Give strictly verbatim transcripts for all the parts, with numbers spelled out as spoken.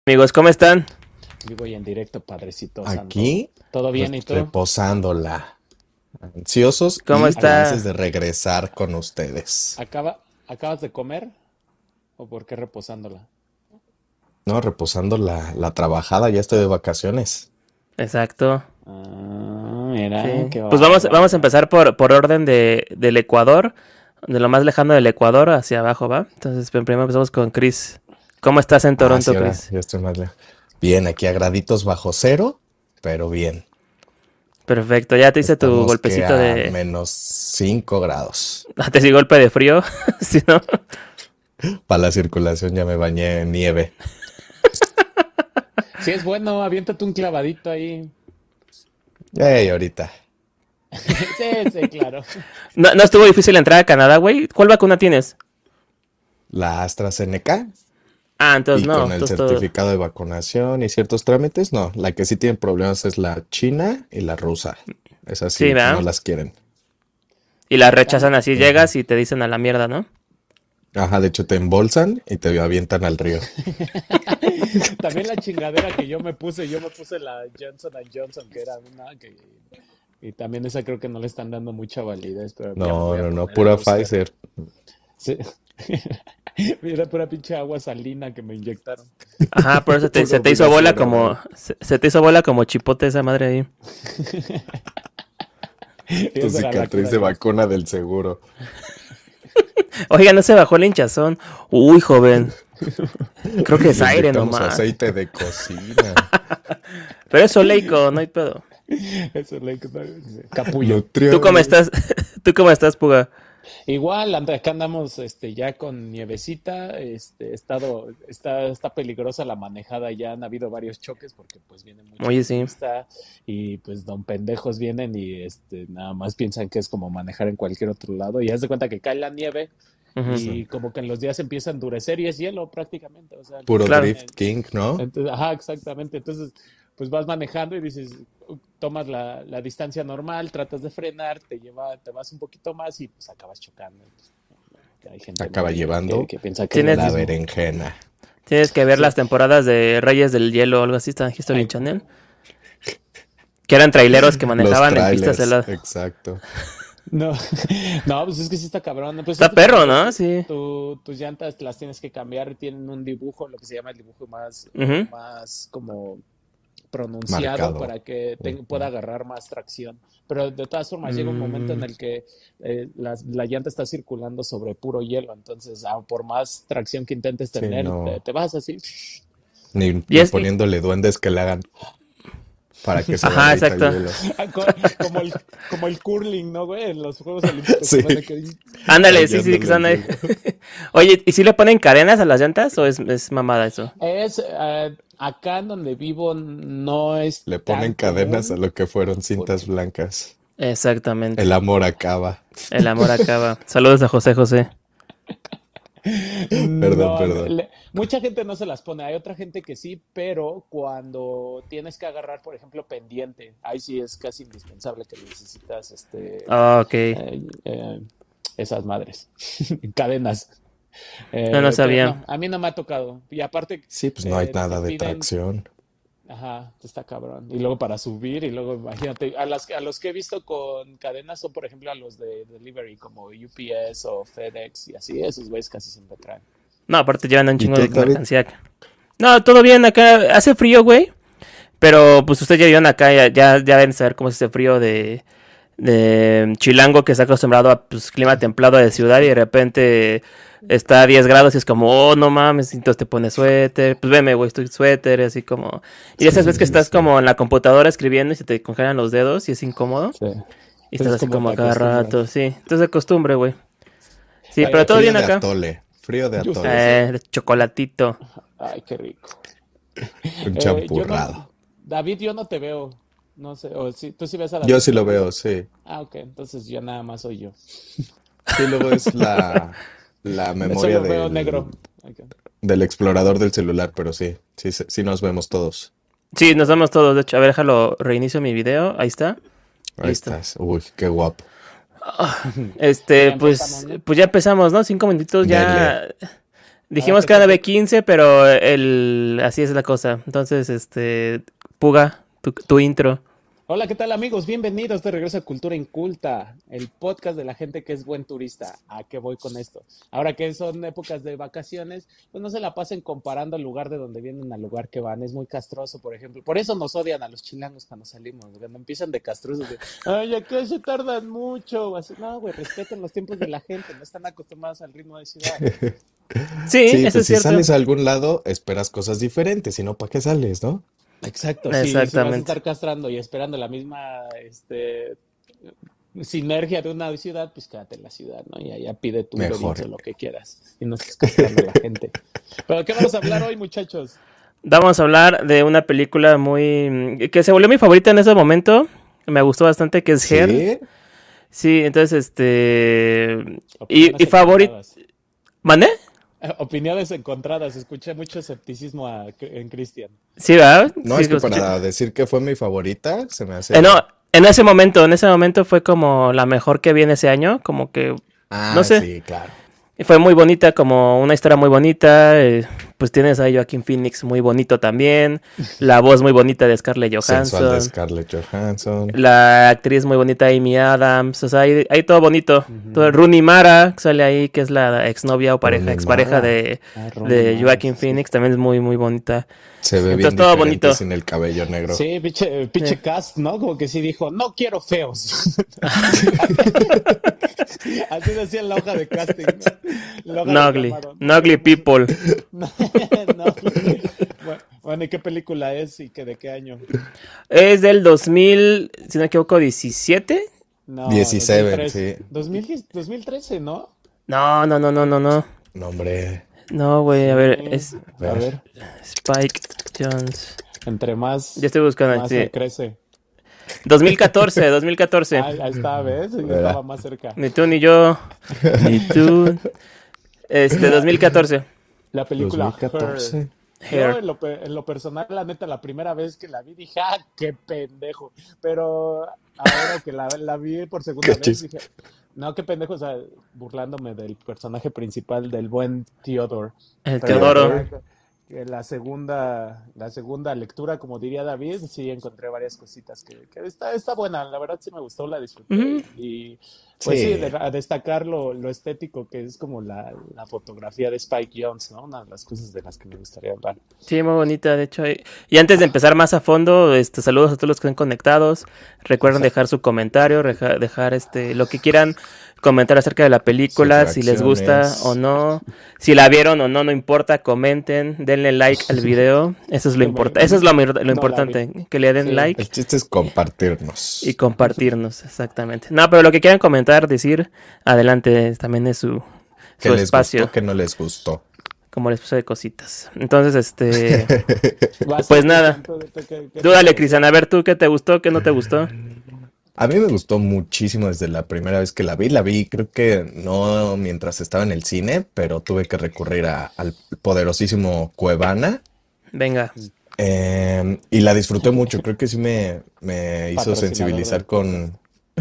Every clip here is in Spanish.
Amigos, ¿cómo están? Vivo y en directo, Padrecito Santo. Aquí, ¿Todo pues bien y tú? reposándola, ansiosos ¿Cómo y Acá, felices está? de regresar con ustedes. acaba, ¿acabas de comer? ¿O por qué reposándola? No, reposando la, la trabajada, ya estoy de vacaciones. Exacto. Ah, mira, Sí. qué Pues vamos, vamos a bárbaro. empezar por, por orden de, del Ecuador, de lo más lejano del Ecuador hacia abajo, ¿va? Entonces, pues, primero empezamos con Chris. ¿Cómo estás en Ah, Toronto, sí, ahora Chris? ya estoy más lejos. Bien, aquí a graditos bajo cero, pero bien. Perfecto, ya te hice tu Estamos que golpecito a de... menos cinco grados. Te di golpe de frío, ¿sí, no? Para la circulación ya me bañé en nieve. Si es bueno, aviéntate un clavadito ahí. Ey, ahorita. Sí, sí, claro. No, no estuvo difícil entrar a Canadá, güey. ¿Cuál vacuna tienes? La AstraZeneca Ah, entonces y no, con el entonces todo... certificado de vacunación y ciertos trámites, no. La que sí tiene problemas es la china y la rusa. Esas Sí, sí no ¿verdad? las quieren. Y la También, rechazan así, Ujú. llegas y te dicen a la mierda, ¿no? Ajá, de hecho te embolsan y te avientan al río. también la chingadera que yo me puse, yo me puse la Johnson and Johnson, que era una que... Y también esa creo que no le están dando mucha validez, pero ya me No, voy a no, no, poner el pura booster. Pfizer. Sí. Era pura pinche agua salina que me inyectaron. Ajá, por eso te- se Puro te hizo gas bola como... natural. Se, se te hizo bola como chipote esa madre ahí. Y Tu esa era la cicatriz cura de ya. vacuna del seguro. Oiga, no se bajó el hinchazón. Uy, joven. Creo que es Le aire inyectamos nomás. aceite de cocina. Pero es oleico, no hay pedo. Eso es like, capullo. ¿Tú cómo Nutriólogos. estás? ¿Tú cómo estás, Puga? Igual, and- acá andamos este, ya con nievecita, este, estado, está, está peligrosa la manejada, ya han habido varios choques porque pues viene mucho Oye, sí. turista y pues don pendejos vienen y este, nada más piensan que es como manejar en cualquier otro lado y haz de cuenta que cae la nieve Ujú. Sí. y como que en los días empieza a endurecer y es hielo prácticamente, o sea, Puro Claro. eh, Drift King, ¿no? entonces, ajá, exactamente. Entonces, pues vas manejando y dices, uh, tomas la, la distancia normal, tratas de frenar, te lleva, te vas un poquito más y pues acabas chocando. Pues, hay Te gente muy acaba idiota que, llevando que piensa que es lo Tienes, la mismo. berenjena. tienes que ver Sí. las temporadas de Reyes del Hielo o algo así, está en History Ay, Channel. Que eran traileros que Los manejaban en pistas trailers, heladas. exacto. no, no, pues es que sí está cabrón. Pues es Está que como perro, que ¿no? tu- Sí. tu- tus llantas las tienes que cambiar, tienen un dibujo, lo que se llama el dibujo más, Ujú. más como pronunciado Marcado. para que te- pueda Ujú. agarrar más tracción. Pero de todas formas llega un momento en Mm. el que eh, la, la llanta está circulando sobre puro hielo, entonces ah, por más tracción que intentes Sí, tener, te, no. te vas así. Ni, Y ni es... y- poniéndole duendes que le hagan para que se Ajá, derrita el exacto. hielo. Co- Como el, como el curling, ¿no, güey? En los Juegos Olímpicos que Sí, van a que... Ándale, sí, sí, que tallándole el están ahí. hielo. Oye, ¿y si le ponen cadenas a las llantas o es, es mamada eso? Es, eh, acá en donde vivo no es Le tan ponen cadenas a común. lo que fueron cintas Porque, blancas. El Exactamente. amor acaba. El amor acaba. Saludos a José José. Perdón, no, perdón. le- mucha gente no se las pone, hay otra gente que sí, pero cuando tienes que agarrar, por ejemplo, pendiente, ahí sí es casi indispensable que necesitas este, Ah, ok. eh, eh, esas madres, cadenas. No, no Eh, pero sabía. no, a mí no me ha tocado. Y aparte, Sí, pues no hay eh, te nada de piden, tracción. ajá, está cabrón. Y luego para subir, y luego imagínate, a, las, a los que he visto con cadenas son, por ejemplo, a los de delivery, como U P S o FedEx y así, esos güeyes casi siempre traen. No, aparte llevan un ¿Y chingo de tú, David? mercancía. No, todo bien acá. Hace frío, güey. Pero pues ustedes ya viven acá, ya, ya, ya deben saber cómo es ese frío de, de Chilango que está acostumbrado a pues, clima templado de ciudad y de repente está a diez grados y es como, oh, no mames, y entonces te pones suéter, pues veme, güey, estoy suéter, así como... Y esas veces Sí, que sí, estás sí. como en la computadora escribiendo y se te congelan los dedos y es incómodo. Sí. Y estás Es así como como te a cada rato, acostumbras. sí. Entonces de costumbre, güey. Sí, pero Oye, todo Frío bien de acá. atole. Frío de atole. ustedes, eh, Eh, de chocolatito. ay, qué rico. Un Eh, yo no, champurrado. David, yo no te veo. No sé, o sí, tú sí ves a Yo David sí lo todos los veo, días. sí. Ah, ok, entonces yo nada más soy yo. Sí, luego es la, la memoria Solo veo del, negro. Ok. del explorador del celular, pero sí, sí, sí, sí nos vemos todos. Sí, nos vamos todos, de hecho. A ver, déjalo, reinicio mi video. Ahí está. Ahí Listo. estás. Uy, qué guapo. Pues ya Este, empezamos, pues, ¿no? pues ya empezamos, ¿no? Cinco minutitos Dele. ya. Dijimos que era nueve quince, pero el así es la cosa. Entonces, este, Puga, tu, tu intro. Hola, ¿qué tal amigos? Bienvenidos de regreso a Cultura Inculta, el podcast de la gente que es buen turista. ¿A qué voy con esto? Ahora que son épocas de vacaciones, pues no se la pasen comparando el lugar de donde vienen al lugar que van. Es muy castroso, por ejemplo. Por eso nos odian a los chilangos cuando salimos, cuando empiezan de castrosos. De, ay, acá se tardan mucho. Así, no, güey, respeten los tiempos de la gente. No están acostumbrados al ritmo de ciudad. Sí, Sí, eso pues es si cierto. sales a algún lado, esperas cosas diferentes, si no, ¿para qué sales, no? Exacto, sí, si vas a Exactamente. estar castrando y esperando la misma este, sinergia de una ciudad, pues quédate en la ciudad, ¿no? Y allá pide tu Mejor. o lo que quieras y no estés castrando a la gente. ¿Pero qué vamos a hablar hoy, muchachos? Vamos a hablar de una película muy... que se volvió mi favorita en ese momento. Me gustó bastante, que es Her. ¿Sí? Sí, entonces, este... Opiniones Y, y favorito... encontradas. ¿Mandé? Eh, Opiniones encontradas. Escuché mucho escepticismo a- en Cristian. Sí, ¿verdad? No, Sí, es que lo escuché. para decir que fue mi favorita, se me hace... Eh, no, en ese momento, en ese momento fue como la mejor que vi en ese año, como que, Ah, no sé, sí, claro. y fue muy bonita, como una historia muy bonita, eh, pues tienes a Joaquin Phoenix muy bonito también, la voz muy bonita de Scarlett Sensual de Johansson, Scarlett Johansson. la actriz muy bonita Amy Adams, o sea, hay, hay todo bonito. Ujú. Todo, Rooney Mara, que sale ahí, que es la exnovia o pareja, Rooney expareja Mara. de, Ah, Rooney de Mara, Joaquin sí. Phoenix, también es muy, muy bonita. Se ve bien Entonces, todo diferente bonito. sin el cabello negro. Sí, pinche, pinche Sí. cast, ¿no? Como que sí dijo, no quiero feos. Así decía en la hoja de casting, ¿no? La hoja de Nugly, llamado. Nugly People. No, no. Bueno, bueno, ¿y qué película es y que de qué año? Es del dos mil, si no me equivoco, diecisiete. No, diecisiete, dos mil trece. sí. dos mil diez dos mil trece, ¿no? No, no, no, no, no, no. No, hombre. No, güey, a ver, es A ver, Spike Jones. entre más, Ya estoy buscando. más Sí. se crece. dos mil catorce, dos mil catorce. Ah, ahí está, ¿ves? Yo ¿Verdad? estaba más cerca. Ni tú ni yo, ni tú. Este, dos mil catorce. La película dos mil catorce. Her. Hair. Yo en lo, pe- en lo personal, la neta, la primera vez que la vi dije, ah, qué pendejo. Pero ahora que la, la vi por segunda Qué vez chis- dije, no, qué pendejo, o sea, burlándome del personaje principal del buen Theodore. El Pero Teodoro. ya que- que la segunda, la segunda lectura, como diría David, sí encontré varias cositas que, que está, está buena, la verdad sí me gustó, la disfruté. Ujú. Y pues sí, Sí. de- a destacar lo, lo estético que es como la, la fotografía de Spike Jonze, ¿no? Una de las cosas de las que me gustaría hablar. Sí, muy bonita, de hecho. Y y antes de empezar más a fondo, este, saludos a todos los que estén conectados. Recuerden dejar su comentario, reja- dejar este, lo que quieran comentar acerca de la película, Sus si les gusta reacciones. o no, si la vieron o no, no importa, comenten, denle like al video, eso es lo importante, eso es lo, mir- lo No, importante, que le den Sí. like El chiste es compartirnos. y compartirnos, exactamente. No, pero lo que quieran comentar, decir, adelante, también es su, ¿Qué su les espacio, gustó, qué no les gustó? como les puse de cositas. Entonces, este, Vas, pues nada. ¿tú- tú- qué- qué- tú dale, Cristian, a ver tú, ¿qué te gustó, qué no te gustó? A mí me gustó muchísimo desde la primera vez que la vi. La vi, creo que no mientras estaba en el cine, pero tuve que recurrir a- al poderosísimo Cuevana. Venga. Eh, y la disfruté mucho. Creo que sí me, me hizo Patrocinador sensibilizar del con,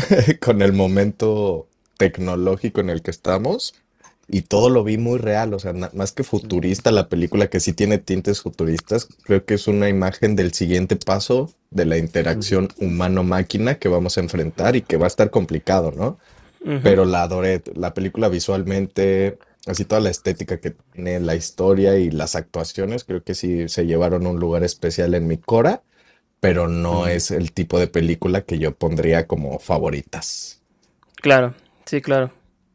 con el momento tecnológico en el que estamos. Y todo lo vi muy real, o sea, na- más que futurista la película, que sí tiene tintes futuristas, creo que es una imagen del siguiente paso de la interacción humano-máquina que vamos a enfrentar y que va a estar complicado, ¿no? Ujú. Pero la adoré, la película visualmente, así toda la estética que tiene, la historia y las actuaciones, creo que sí se llevaron un lugar especial en mi cora, pero no es el tipo de película que yo pondría como favoritas. Claro, sí, claro.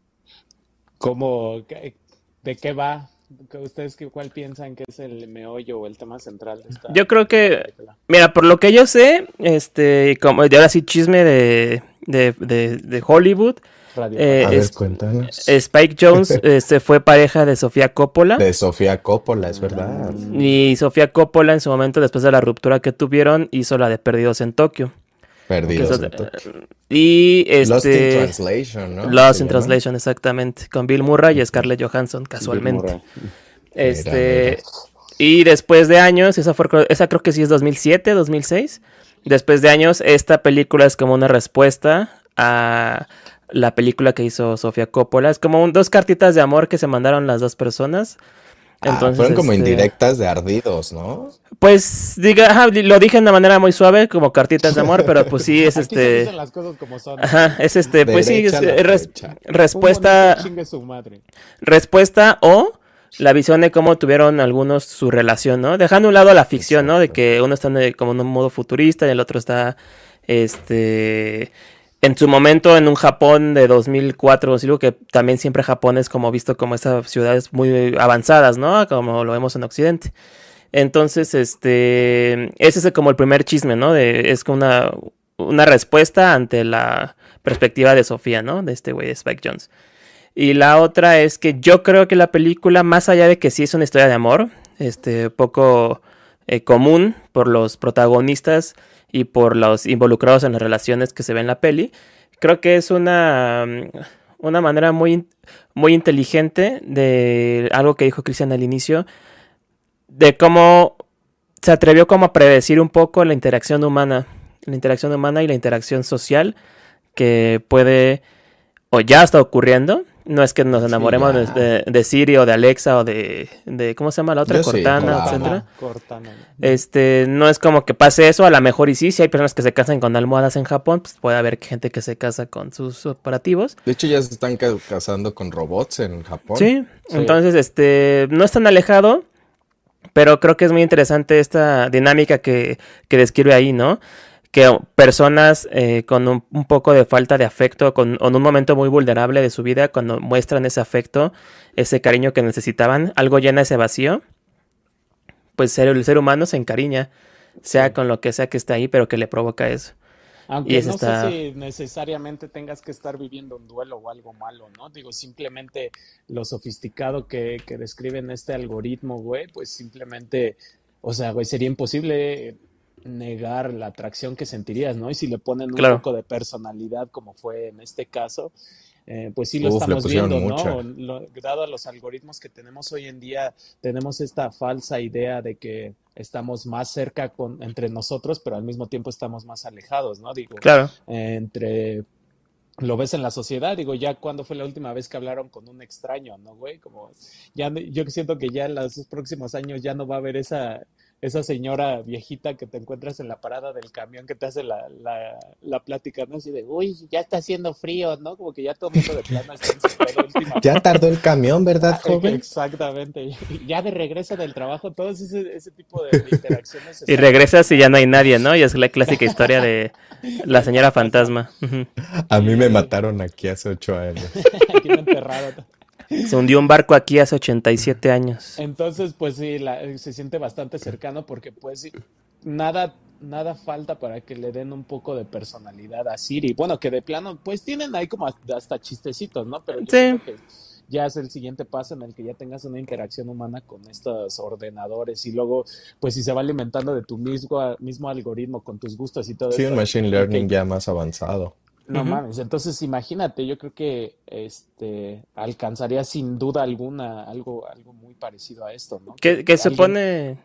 ¿Cómo, qué- de qué va? ¿Qué- ¿Ustedes qué, cuál piensan que es el meollo o el tema central de esta Yo creo que, película? mira, por lo que yo sé, este, como de ahora sí chisme de, de, de, de Hollywood, Radio. eh, A ver, es- cuéntanos. Spike Jones este, fue pareja de Sofía Coppola. De Sofía Coppola, es verdad. Y Sofía Coppola en su momento, después de la ruptura que tuvieron, hizo la de Perdidos en Tokio. Que Perdidos es en otra- Tokio. y Lost in este Translation, ¿no? Lost Se in llama. Translation, exactamente, con Bill Murray y Scarlett Johansson, casualmente. Bill Murray. Este, y después de años, esa fue, esa creo que sí es dos mil siete, dos mil seis. Después de años, esta película es como una respuesta a la película que hizo Sofía Coppola. Es como un- dos cartitas de amor que se mandaron las dos personas. Ah, Entonces, fueron como este, indirectas de ardidos, ¿no? pues, diga, ajá, di- lo dije de una manera muy suave, como cartitas de amor, pero pues sí, es Aquí se dicen este, las cosas como son, ¿no? ajá, es este, pues sí, Derecha es, a la es res- flecha. Un bonito respuesta, chingue su madre. respuesta o la visión de cómo tuvieron algunos su relación, ¿no? Dejando a un lado la ficción, ¿no? De Exacto. que uno está en el- como en un modo futurista y el otro está, este, en su momento en un Japón de dos mil cuatro, os digo que también siempre Japón es como visto como esas ciudades muy avanzadas, ¿no? Como lo vemos en Occidente. Entonces, este, ese es como el primer chisme, ¿no? De, es como una, una respuesta ante la perspectiva de Sofía, ¿no? De este güey, de Spike Jonze. Y la otra es que yo creo que la película, más allá de que sí es una historia de amor, este, poco eh, común por los protagonistas y por los involucrados en las relaciones que se ven en la peli, creo que es una, mm, una manera muy, muy inteligente de algo que dijo Cristian al inicio, de cómo se atrevió como a predecir un poco la interacción humana, la interacción humana y la interacción social que puede o ya está ocurriendo. No es que nos Sí, enamoremos de, ya. de- de Siri o de Alexa o de, de ¿cómo se llama la otra? Yo sí, Cortana, claro. etcétera. Cortana, Cortana. Este, no es como que pase eso, a lo mejor y sí, si hay personas que se casan con almohadas en Japón, pues puede haber gente que se casa con sus operativos. De hecho, ya se están ca- casando con robots en Japón. Sí, Sí. entonces, este, no es tan alejado, pero creo que es muy interesante esta dinámica que, que describe ahí, ¿no? Que personas eh, con un, un poco de falta de afecto, con, con un momento muy vulnerable de su vida, cuando muestran ese afecto, ese cariño que necesitaban, algo llena ese vacío, pues ser- el ser humano se encariña, sea Sí. con lo que sea que esté ahí, pero que le provoca eso. Y Aunque eso no está... sé si necesariamente tengas que estar viviendo un duelo o algo malo, ¿no? Digo, simplemente lo sofisticado que, que describen este algoritmo, güey, pues simplemente, o sea, güey, sería imposible negar la atracción que sentirías, ¿no? Y si le ponen un Claro, poco de personalidad, como fue en este caso, eh, pues sí lo Uf, le estamos pusieron viendo, mucha. ¿no? Lo- dado a los algoritmos que tenemos hoy en día, tenemos esta falsa idea de que estamos más cerca con, entre nosotros, pero al mismo tiempo estamos más alejados, ¿no? Digo, claro. eh, entre, lo ves en la sociedad, digo, ya cuando fue la última vez que hablaron con un extraño, ¿no, güey? Como, ya, no- yo siento que ya en los próximos años ya no va a haber esa, esa señora viejita que te encuentras en la parada del camión que te hace la, la, la plática, ¿no? Así de, uy, ya está haciendo frío, ¿no? Como que ya todo el mundo de plano está en su pedo últimamente. Ya tardó el camión, ¿verdad, Ah, joven? exactamente. Ya de regreso del trabajo, todos ese, ese tipo de, de interacciones Y están regresas y ya no hay nadie, ¿no? Y es la clásica historia de la del señora fantasma. fantasma. Ujú. A mí me Sí, mataron aquí hace ocho años. aquí me enterraron. Se hundió un barco aquí hace ochenta y siete años. Entonces, pues sí, la- se siente bastante cercano porque pues sí, nada, nada falta para que le den un poco de personalidad a Siri. Bueno, que de plano, pues tienen ahí como hasta hasta chistecitos, ¿no? Pero yo Sí, siento que ya es el siguiente paso en el que ya tengas una interacción humana con estos ordenadores y luego, pues si se va alimentando de tu mismo, mismo algoritmo con tus gustos y todo Sí, un esto, machine y learning que ya más avanzado. no ujú. mames, entonces imagínate, yo creo que este alcanzaría sin duda alguna algo, algo muy parecido a esto, ¿no? Que, Que que se alguien, pone...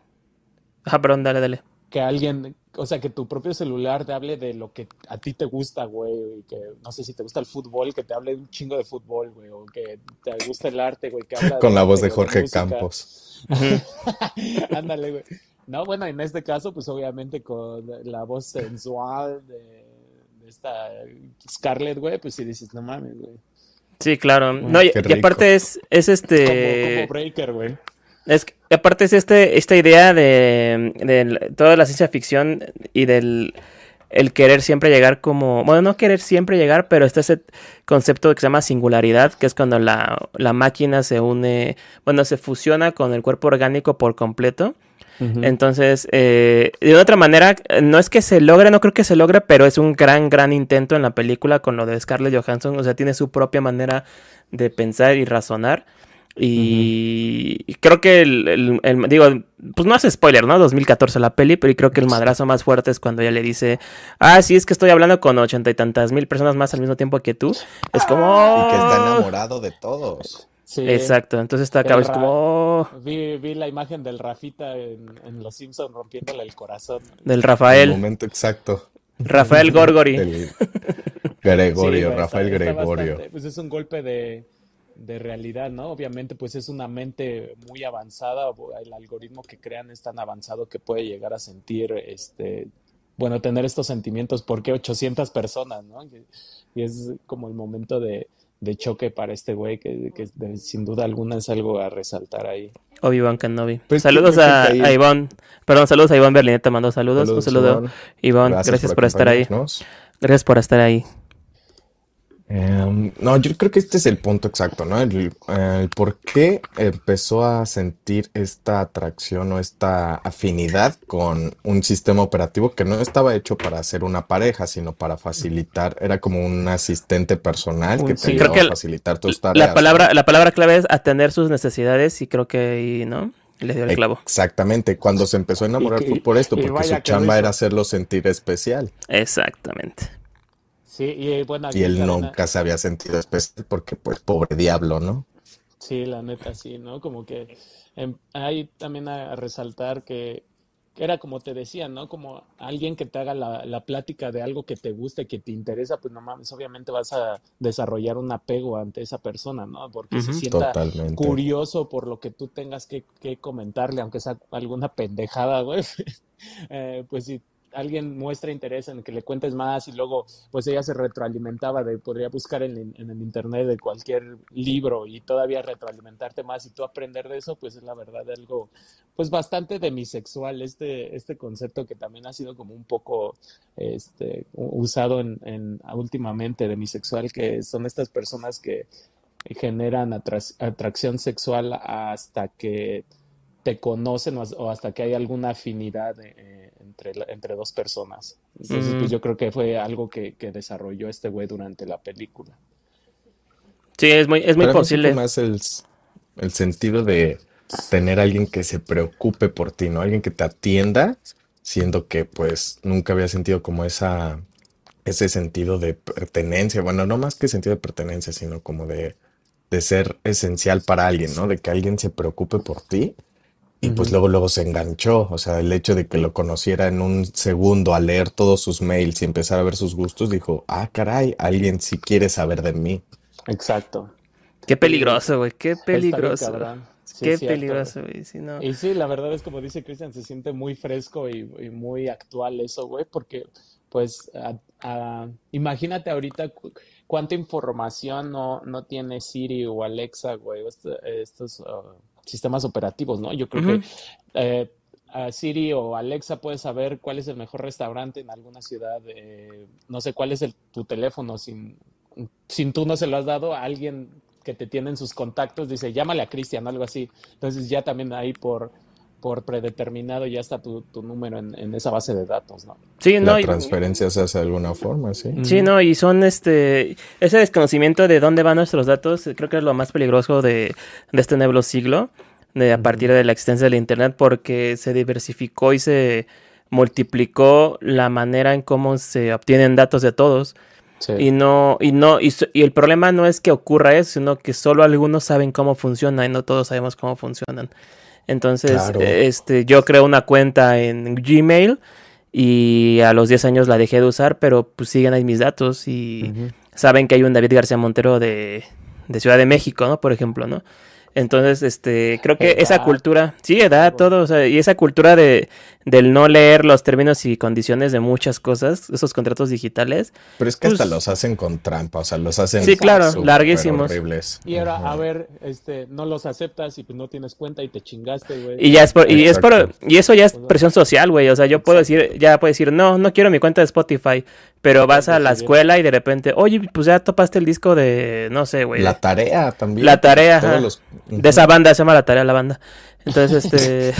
Ah, perdón, dale, dale. que alguien, o sea, que tu propio celular te hable de lo que a ti te gusta, güey, y que no sé si te gusta el fútbol, que te hable un chingo de fútbol, güey, o que te gusta el arte, güey, que habla Con de la voz arte de o de Jorge música. Campos. Ujú. Ándale, güey. No, bueno, en este caso, pues obviamente con la voz sensual de, de esta Scarlett, güey, pues sí dices, no mames, güey. Sí, claro. No, Bueno, y, Qué y rico. aparte es, es como, como este... Breaker, güey. Es que- aparte es este, esta idea de, de l- toda la ciencia ficción y del el querer siempre llegar como... Bueno, no querer siempre llegar, pero está ese concepto que se llama singularidad, que es cuando la, la máquina se une... Bueno, se fusiona con el cuerpo orgánico por completo. Ujú. Entonces, eh, de otra manera, eh, no es que se logre, no creo que se logre, pero es un gran, gran intento en la película con lo de Scarlett Johansson. O sea, tiene su propia manera de pensar y razonar. Ujú. Y y creo que el, el- el- digo, pues no hace spoiler, ¿no? dos mil catorce la peli, pero creo que el madrazo más fuerte es cuando ella le dice, ah, sí, es que estoy hablando con ochenta y tantas mil personas más al mismo tiempo que tú. Es como, Y que está "Oh". enamorado de todos. Sí, Exacto, entonces está acá, el es como, Ra "Oh", vi, vi la imagen del Rafita en, en Los Simpsons rompiéndole el corazón. del El Rafael, momento exacto. Rafael Gorgori. El Sí, Gregorio, güey, está, Rafael está Gregorio. bastante, pues es un golpe de, de realidad, ¿no? Obviamente, pues es una mente muy avanzada, el algoritmo que crean es tan avanzado que puede llegar a sentir, este, bueno, tener estos sentimientos, porque ochocientas personas, ¿no? Y, y es como el momento de, de choque para este güey, que, que de- sin duda alguna es algo a resaltar ahí. Obi-Wan Kenobi. Pues que Saludos yo creo que a, ahí, a Ivonne. Perdón, saludos a Ivonne Berlinet, te mando saludos. Un saludos, saludo, Iván. Ivonne. Gracias Gracias por por estar ahí. acompañarnos. Gracias por estar ahí. Em, no, yo creo que este es el punto exacto, ¿no? El, el por qué empezó a sentir esta atracción o esta afinidad con un sistema operativo que no estaba hecho para ser una pareja, sino para facilitar, era como un asistente personal que Un, te sí, Creo ayudaba a que facilitar tus la tareas, palabra, ¿no? la palabra clave es atender sus necesidades y creo que ahí, ¿no? Le dio el clavo. Exactamente, cuando se empezó a y, enamorar fue que, por esto, y porque su vaya que lo chamba era hizo. hacerlo sentir especial. Exactamente. Sí, y bueno, Y aquí en él cadena, nunca se había sentido especial porque, pues, pobre diablo, ¿no? sí, la neta, sí, ¿no? Como que em, hay también a, a resaltar que, que era como te decía, ¿no? Como alguien que te haga la, la plática de algo que te guste, que te interesa, pues no mames, obviamente vas a desarrollar un apego ante esa persona, ¿no? Porque se Ujú. sienta Totalmente. curioso por lo que tú tengas que, que comentarle, aunque sea alguna pendejada, güey. Eh, pues si alguien muestra interés en que le cuentes más y luego pues ella se retroalimentaba de, podría buscar en, en el internet de cualquier libro y todavía retroalimentarte más y tú aprender de eso, pues es la verdad algo pues bastante demisexual, este, este concepto que también ha sido como un poco este, usado en, en últimamente demisexual, que son estas personas que generan atra- atracción sexual hasta que te conocen o, o hasta que hay alguna afinidad eh, entre, la- entre dos personas. Entonces, pues Mm, yo creo que fue algo que, que desarrolló este güey durante la película. sí, es muy, es muy Para mí sí fue posible. más el, s- el sentido de tener a alguien que se preocupe por ti, ¿no? Alguien que te atienda, siendo que pues nunca había sentido como esa, ese sentido de pertenencia. Bueno, no más que sentido de pertenencia, sino como de, de ser esencial para alguien, ¿no? De que alguien se preocupe por ti. Y pues Ujú. luego, luego se enganchó. O sea, el hecho de que lo conociera en un segundo al leer todos sus mails y empezar a ver sus gustos, dijo, ah, caray, alguien sí quiere saber de mí. Exacto. Qué Sí, peligroso, güey. Qué está bien peligroso. cabrón. Sí, es Qué cierto. peligroso, güey. Si no. Y sí, la verdad es como dice Cristian, se siente muy fresco y, y muy actual eso, güey, porque pues a- a- imagínate ahorita cu- cuánta información no, no tiene Siri o Alexa, güey, o este- estos ah, sistemas operativos, ¿no? Yo creo que Ujú. eh, a Siri o Alexa puede saber cuál es el mejor restaurante en alguna ciudad, eh, no sé cuál es el, tu teléfono, sin, sin tú no se lo has dado a alguien que te tiene en sus contactos, dice, llámale a Cristian, algo así. Entonces ya también ahí por, por predeterminado ya está tu, tu número en, en esa base de datos, ¿no? Sí, no, La y, transferencia se hace de alguna forma, ¿sí? sí, Ujú, no, y son este, ese desconocimiento de dónde van nuestros datos, eh, creo que es lo más peligroso de, de este nuevo siglo, de a partir ujú. de la existencia del internet, porque se diversificó y se multiplicó la manera en cómo se obtienen datos de todos. Sí, Y no, y no, y, so- y el problema no es que ocurra eso, sino que solo algunos saben cómo funciona y no todos sabemos cómo funcionan. Entonces, Claro. eh, este, yo creo una cuenta en Gmail y a los diez años la dejé de usar, pero pues siguen ahí mis datos y ujú. saben que hay un David García Montero de, de Ciudad de México, ¿no? Por ejemplo, ¿no? Entonces, este, creo que esa Edad, cultura, sí, edad, todo. todo, o sea, y esa cultura de, del no leer los términos y condiciones de muchas cosas, esos contratos digitales, Pero es que hasta pues los hacen con trampa, o sea, los hacen sí, claro, Exacto. súper larguísimos. horribles. Y ahora, a Ajá. ver, este, no los aceptas y pues no tienes cuenta y te chingaste, güey. Y ya es por, y es Exacto. por, y eso ya es O sea, presión social, güey. O sea, yo puedo decir, exacto. ya puedo decir, no, no quiero mi cuenta de Spotify, pero Tú puedes vas a la decidir. escuela y de repente, oye, pues ya topaste el disco de, no sé, güey, La de tarea también, La pues Tarea, todos ajá. los... De esa Ujú. banda, se llama La Tarea, la banda. Entonces, este,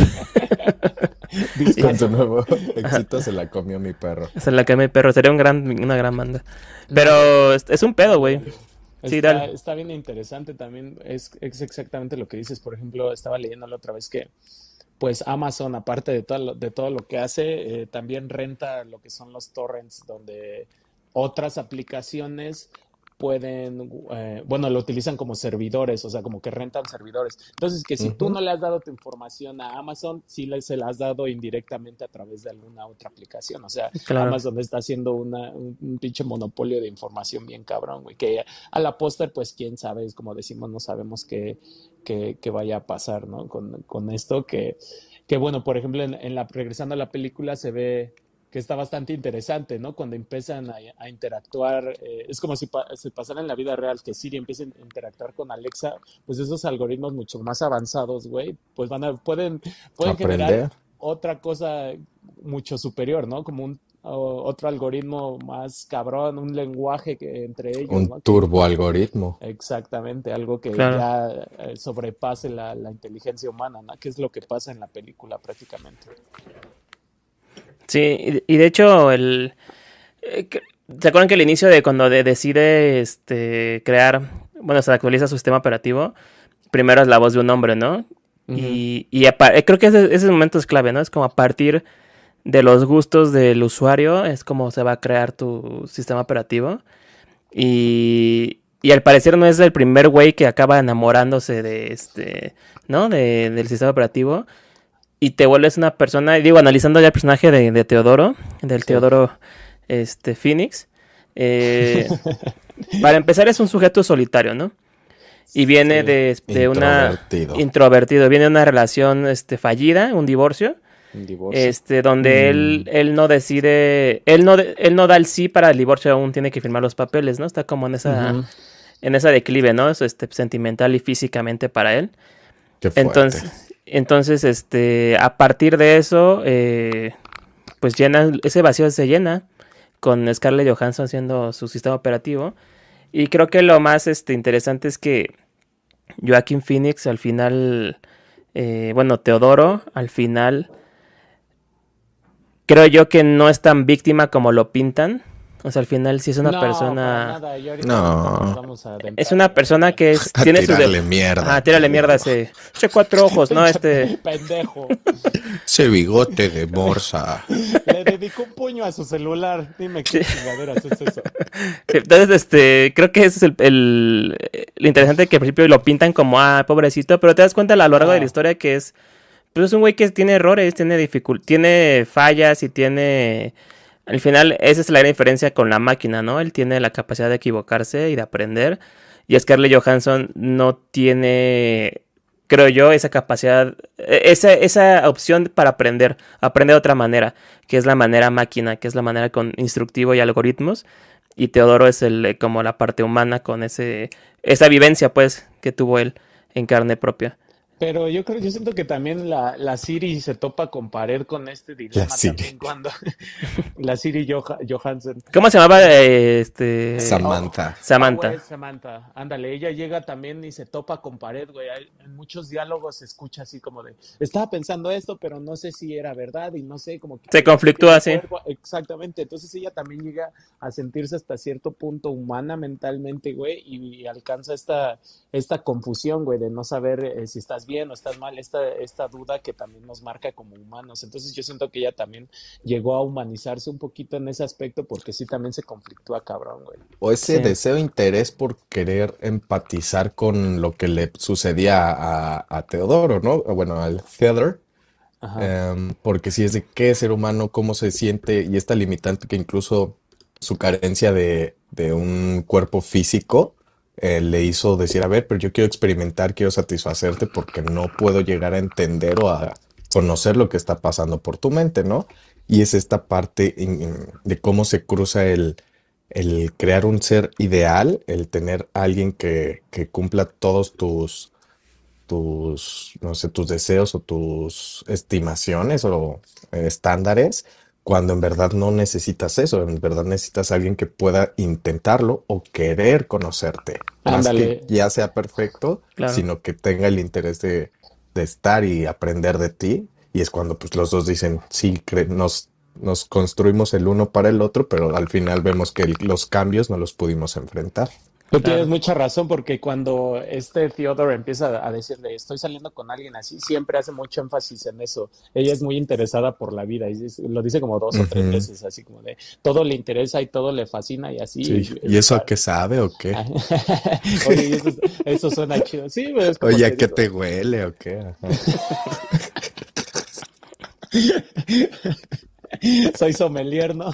Con su Discaso. nuevo ajá, éxito se la comió mi perro. esa es la que me perro, sería un gran, una gran banda. No, güey, Pero pero es, es un pedo, güey. mira, Sí, está, dale. está bien interesante también. Es, es exactamente lo que dices. Por ejemplo, estaba leyendo la otra vez que pues Amazon, aparte de todo lo, de todo lo que hace, eh, también renta lo que son los torrents, donde otras aplicaciones pueden, eh, bueno, lo utilizan como servidores, o sea, como que rentan servidores. Entonces, que si tú Ujú. no le has dado tu información a Amazon, sí le, se la has dado indirectamente a través de alguna otra aplicación. O sea, Claro. Amazon está haciendo una, un, un pinche monopolio de información bien cabrón, güey, que a la póster, pues, quién sabe, es como decimos, no sabemos qué, qué, qué vaya a pasar, ¿no? Con, con esto que, que, bueno, por ejemplo, en, en la, regresando a la película se ve que está bastante interesante, ¿no? Cuando empiezan a, a interactuar, eh, es como si pa se pasara en la vida real, que Siri empiece a interactuar con Alexa, pues esos algoritmos mucho más avanzados, güey, pues van a, pueden, pueden generar Aprender. otra cosa mucho superior, ¿no? Como un o, otro algoritmo más cabrón, un lenguaje que entre ellos, Un ¿no? Que turbo algoritmo. exactamente, algo que Claro. ya eh, sobrepase la, la inteligencia humana, ¿no? Que es lo que pasa en la película prácticamente. Sí, y, y de hecho, el, eh, que- ¿se acuerdan que el inicio de cuando de- decide este, crear, bueno, se actualiza su sistema operativo? Primero es la voz de un hombre, ¿no? Ujú. Y, y a pa- eh, creo que ese, ese momento es clave, ¿no? Es como a partir de los gustos del usuario, es como se va a crear tu sistema operativo. Y, y al parecer no es el primer güey que acaba enamorándose de este, ¿no? De, del sistema operativo. Y te vuelves una persona, y digo, analizando ya el personaje de, de Teodoro, del Sí. Teodoro este, Phoenix. eh, para empezar es un sujeto solitario, ¿no? Y viene Sí, de, de una Introvertido. introvertido, viene de una relación este, fallida, un divorcio, un divorcio. este, donde él, Mm, él no decide, él no, de- él no da el sí para el divorcio, aún tiene que firmar los papeles, ¿no? Está como en esa, Ujú. en esa declive, ¿no? Es, este, sentimental y físicamente para él. qué fuerte. Entonces, entonces, este, a partir de eso, eh, pues llena, ese vacío se llena con Scarlett Johansson haciendo su sistema operativo. Y creo que lo más este, interesante es que Joaquin Phoenix al final, eh, bueno, Teodoro al final, creo yo que no es tan víctima como lo pintan. O sea, al final sí es una No, para persona, nada. Y ahorita, ahorita nos No, vamos a es adentrar una en eso, persona güey. que es, a tiene sus... def- tirarle mierda Ajá, a tírale mierda a todo. ese, ese cuatro ojos, ¿no? Pinche Este... pendejo. Ese bigote de morsa. Le dedicó un puño a su celular. Dime qué chingaderas es eso. Entonces, este, creo que ese es el, el, lo interesante que al principio lo pintan como, ah, pobrecito, pero te das cuenta a lo largo de la No, historia que es, pues es un güey que tiene errores, tiene dificul tiene fallas y tiene, al final, esa es la gran diferencia con la máquina, ¿no? Él tiene la capacidad de equivocarse y de aprender, y Scarlett Johansson no tiene, creo yo, esa capacidad, e- esa, esa opción para aprender, aprender de otra manera, que es la manera máquina, que es la manera con instructivo y algoritmos. Y Teodoro es el eh, como la parte humana con ese esa vivencia pues que tuvo él en carne propia. pero yo creo, yo siento que también la, la Siri se topa con pared con este La dilema Siri. también cuando la Siri Joha- Johansson. ¿Cómo se llamaba eh, Eh, este oh, Samantha. oh, güey, Samantha? Samantha, ándale, ella llega también y se topa con pared, güey. Hay- En muchos diálogos se escucha así como de, estaba pensando esto, pero no sé si era verdad y no sé, como que Se no se conflictúa entiende el así. cuerpo. Exactamente, entonces ella también llega a sentirse hasta cierto punto humana mentalmente, güey, y, y alcanza esta, esta confusión, güey, de no saber eh, si estás bien o estás mal, esta, esta duda que también nos marca como humanos. Entonces yo siento que ella también llegó a humanizarse un poquito en ese aspecto porque sí también se conflictúa cabrón, güey. O ese Sí. deseo, interés por querer empatizar con lo que le sucedía a, a Teodoro, ¿no? O bueno, al Theodore. Ajá. Em, porque si es de qué es ser humano, cómo se siente, y esta limitante que incluso su carencia de, de un cuerpo físico eh, le hizo decir, a ver, pero yo quiero experimentar, quiero satisfacerte porque no puedo llegar a entender o a conocer lo que está pasando por tu mente, ¿no? Y es esta parte en- en- de cómo se cruza el, el crear un ser ideal, el tener a alguien que, que cumpla todos tus tus, no sé, tus deseos o tus estimaciones o eh, estándares, cuando en verdad no necesitas eso, en verdad necesitas a alguien que pueda intentarlo o querer conocerte, más que Ándale. ya sea perfecto, Claro. sino que tenga el interés de, de estar y aprender de ti. Y es cuando pues los dos dicen, sí, cre- nos, nos construimos el uno para el otro, pero al final vemos que el- los cambios no los pudimos enfrentar. Tú tienes Claro. mucha razón porque cuando este Theodore empieza a decirle estoy saliendo con alguien así, siempre hace mucho énfasis en eso. Ella es muy interesada por la vida y dice- lo dice como dos o tres Ujú. veces, así como de todo le interesa y todo le fascina y así. Sí. y ¿Y eso eso a está... qué sabe o qué? Oye, y eso, eso suena chido. Sí, pero es como Oye, te ¿a qué digo. te huele o qué? Ajá. Soy sommelier, ¿no?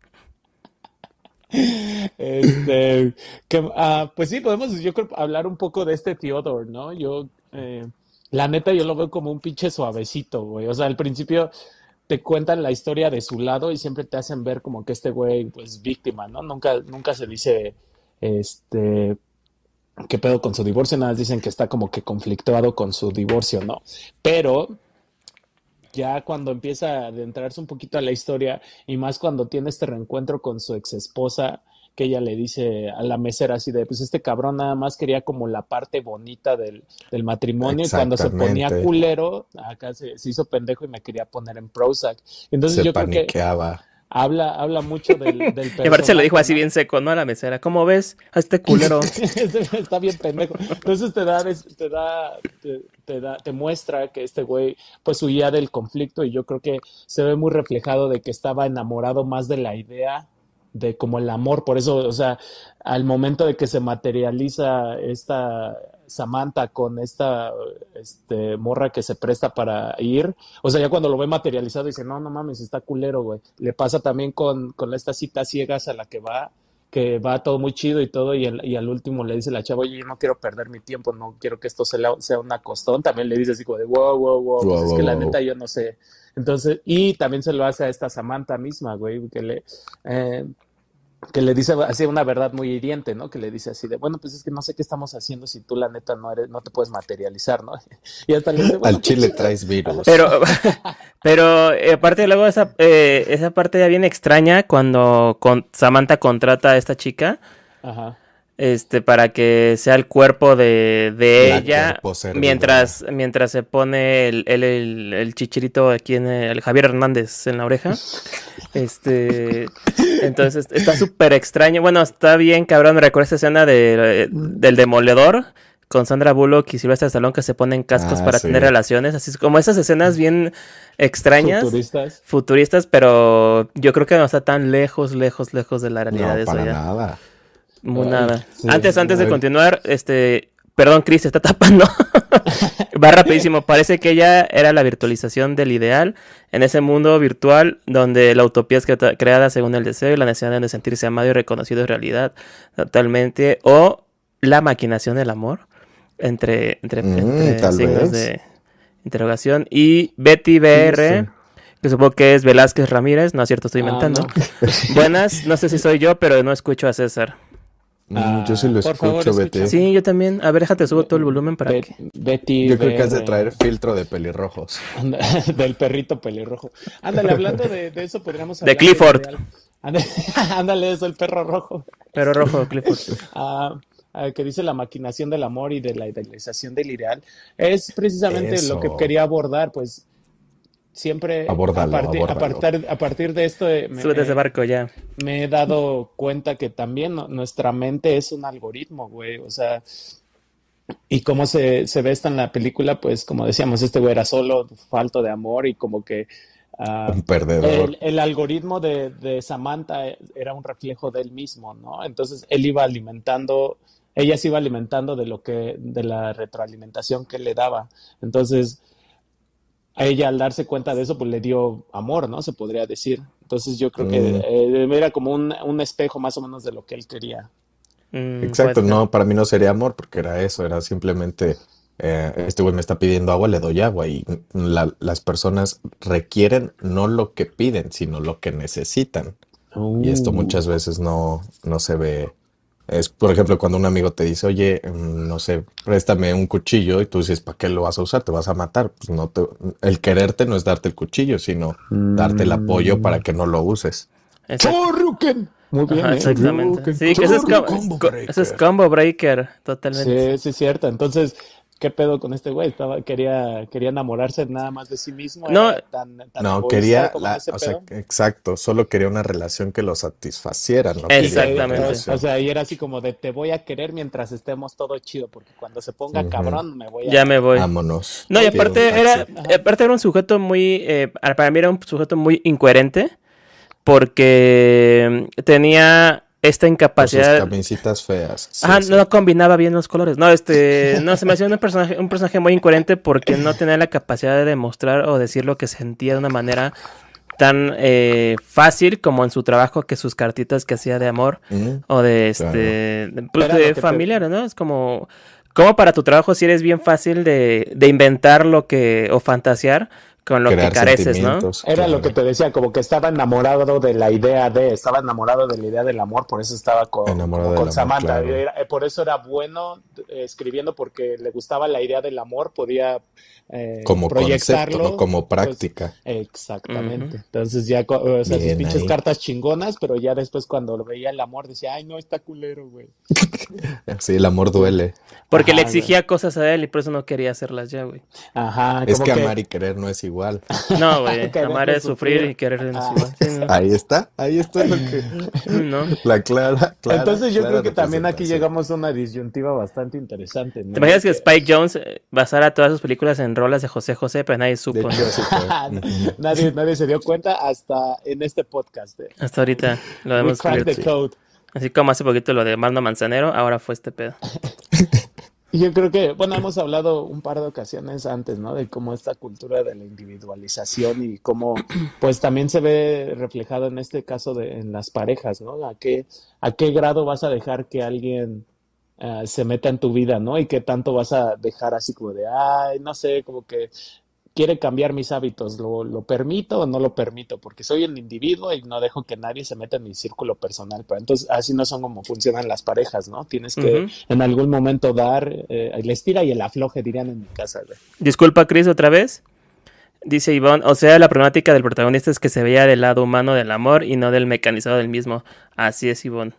Este, que, ah, pues sí, podemos, yo creo, hablar un poco de este Theodore, ¿no? Yo, eh, la neta, yo lo veo como un pinche suavecito, güey. O sea, al principio te cuentan la historia de su lado y siempre te hacen ver como que este güey, pues, víctima, ¿no? Nunca, nunca se dice, este, qué pedo con su divorcio, nada, más dicen que está como que conflictuado con su divorcio, ¿no? Pero ya cuando empieza a adentrarse un poquito a la historia y más cuando tiene este reencuentro con su ex esposa, que ella le dice a la mesera así de, pues este cabrón nada más quería como la parte bonita del, del matrimonio y cuando se ponía Exactamente. culero, acá se, se hizo pendejo y me quería poner en Prozac. Entonces Se yo creo que paniqueaba. habla, habla mucho del, del Y aparte se lo dijo personaje, así ¿no? bien seco, ¿no? A la mesera. ¿Cómo ves a este culero? Está bien pendejo. Entonces te da, te da, te, te da, te muestra que este güey pues huía del conflicto y yo creo que se ve muy reflejado de que estaba enamorado más de la idea de como el amor, por eso, o sea, al momento de que se materializa esta Samantha con esta este, morra que se presta para ir, o sea, ya cuando lo ve materializado dice, no, no mames, está culero, güey. Le pasa también con, con estas citas ciegas a la que va, que va todo muy chido y todo, y, el, y al último le dice la chava, oye, yo no quiero perder mi tiempo, no quiero que esto sea, sea una costón, también le dice así como de, wow, wow, wow, pues Wow, es wow, que la neta wow. yo no sé. Entonces, y también se lo hace a esta Samantha misma, güey, que le, eh, que le dice así una verdad muy hiriente, ¿no? Que le dice así de, bueno, pues es que no sé qué estamos haciendo si tú la neta no eres, no te puedes materializar, ¿no? Y hasta le dice, bueno, Al qué chile chido. traes virus. Pero, pero eh, aparte luego esa, eh, esa parte ya bien extraña cuando con, Samantha contrata a esta chica Ajá. este, para que sea el cuerpo de, de La ella cuerpo servidora. mientras, mientras se pone el, el, el, el chichirito aquí en el, el Javier Hernández en la oreja. Este, entonces está súper extraño. Bueno, está bien, cabrón. Me recuerda esa escena de, del Demoledor con Sandra Bullock y Sylvester Stallone que se ponen cascos Ah, para sí. tener relaciones. Así es como esas escenas bien extrañas, Futuristas. futuristas, pero yo creo que no está tan lejos, lejos, lejos de la realidad No, de eso para ya. nada. Muy Ay, nada. sí, Antes, antes de ay. continuar, este, perdón, Chris, se está tapando. Va rapidísimo. Parece que ella era la virtualización del ideal en ese mundo virtual donde la utopía es cre- creada según el deseo y la necesidad de sentirse amado y reconocido es realidad totalmente. O la maquinación del amor entre, entre, Mm, entre tal signos vez. de interrogación. Y Betty Sí, B R, sí. que supongo que es Velázquez Ramírez, no es cierto, estoy Ah, inventando. no. Buenas, no sé si soy yo, pero no escucho a César. Mm, yo sí Ah, lo por favor, escucho, Betty. escúchame. Sí, yo también. A ver, déjate, subo todo el volumen para Be- que... Betty Yo creo que has de B R. traer filtro de pelirrojos. Anda- del perrito pelirrojo. Ándale, hablando de, de eso, podríamos De hablar Clifford. de algo. Ándale, ándale, eso, el perro rojo. Pero rojo, Clifford. Ah, ah, que dice la maquinación del amor y de la idealización del ideal. Es precisamente lo que Eso. quería abordar, pues siempre a Abórdalo, partir, a abórdalo. partir, a partir de esto eh, me, Súbete a ese eh, barco ya. me he dado cuenta que también no- nuestra mente es un algoritmo, güey. O sea, y cómo se, se ve esto en la película, pues como decíamos, este güey era solo, falto de amor y como que ah, Un perdedor. el, el algoritmo de, de Samantha era un reflejo de él mismo, ¿no? Entonces él iba alimentando, ella se iba alimentando de lo que, de la retroalimentación que él le daba. Entonces, a ella al darse cuenta de eso, pues le dio amor, ¿no? Se podría decir. Entonces yo creo que Mm, eh, era como un, un espejo más o menos de lo que él quería. Mm, exacto, puede ser. no, para mí no sería amor porque era eso, era simplemente, eh, este güey me está pidiendo agua, le doy agua y la- las personas requieren no lo que piden, sino lo que necesitan. Y esto Uh, muchas veces no, no se ve. Es, por ejemplo, cuando un amigo te dice, oye, mm, no sé, préstame un cuchillo y tú dices, ¿para qué lo vas a usar? ¿Te vas a matar? Pues no te, el quererte no es darte el cuchillo, sino darte el apoyo para mm, que no lo uses. Exacto. Shoryuken. Muy bien, Ajá, ¿eh? exactamente. Shoryuken, Sí, que eso es, co- combo co- eso es breaker. combo breaker, totalmente. Sí, sí, es cierto. Entonces, ¿qué pedo con este güey? Estaba, quería, quería enamorarse nada más de sí mismo, No, era tan, tan No, egoísta quería como en la, ese o sea, pedo. exacto, solo quería una relación que lo satisfaciera, no Y quería una que, o, exactamente. o relación. sea, y era así como de te voy a querer mientras estemos todo chido, porque cuando se ponga Ujú. cabrón me voy Ya a... me voy. Vámonos, No, y Oye, pido un aparte era, taxi. ajá, aparte era un sujeto muy, eh, para mí era un sujeto muy incoherente porque tenía esta Por sus incapacidad, camisitas feas, ajá, sí, no sí. combinaba bien los colores. No, este, no, se me hacía un personaje, un personaje muy incoherente porque no tenía la capacidad de demostrar o decir lo que sentía de una manera tan eh, fácil como en su trabajo que sus cartitas que hacía de amor Mm, o de este, claro. de, pues era lo de que te... familiar, ¿no? Es como, como para tu trabajo si eres bien fácil de, de inventar lo que o fantasear con lo que Crear careces, ¿no? sentimientos, Era lo que claro. te decía, como que estaba enamorado de la idea de, estaba enamorado de la idea del amor, por eso estaba co- Enamorado como del con amor, Samantha. claro. Era- eh, por eso era bueno eh, escribiendo, porque le gustaba la idea del amor, podía eh, Como concepto, no proyectarlo, como pues práctica. Ujú. exactamente. Entonces ya, co- o sea, sus Bien pinches ahí. cartas chingonas, pero ya después cuando lo veía el amor decía, ay, no, está culero, güey. Sí, el amor Sí. duele. Porque le Ajá, güey. exigía cosas a él y por eso no quería hacerlas ya, güey. Ajá, Es como que que amar y querer no es igual. No, güey, amar quererle es sufrir sufrir. y querer no es Ah. igual. Sí, no. Ahí está, ahí está lo que... No. La clara, clara, Entonces yo clara creo que también aquí representación. llegamos a una disyuntiva bastante interesante, ¿Te ¿no? De imaginas que que Spike Jones eh, basara todas sus películas en rolas de José José, pero nadie De supo, hecho, ¿no? así fue. Ujú. nadie, nadie se dio cuenta hasta en este podcast. eh. Hasta ahorita lo We hemos cracked the descubierto. Sí. code. Así como hace poquito lo de Mando Manzanero, ahora fue este pedo. Y yo creo que, bueno, hemos hablado un par de ocasiones antes, ¿no? De cómo esta cultura de la individualización y cómo, pues también se ve reflejado en este caso de en las parejas, ¿no? ¿A qué, a qué grado vas a dejar que alguien eh, se meta en tu vida, ¿no? Y qué tanto vas a dejar así como de, ay, no sé, como que quiere cambiar mis hábitos, ¿lo, lo permito o no lo permito? Porque soy el individuo y no dejo que nadie se meta en mi círculo personal. Pero entonces así no son como funcionan las parejas, ¿no? Tienes que Ujú. en algún momento dar eh, el estira y el afloje, dirían en mi casa, güey. Disculpa, Chris, otra vez. Dice Ivonne, o sea, la problemática del protagonista es que se veía del lado humano del amor y no del mecanizado del mismo. Así es, Ivonne.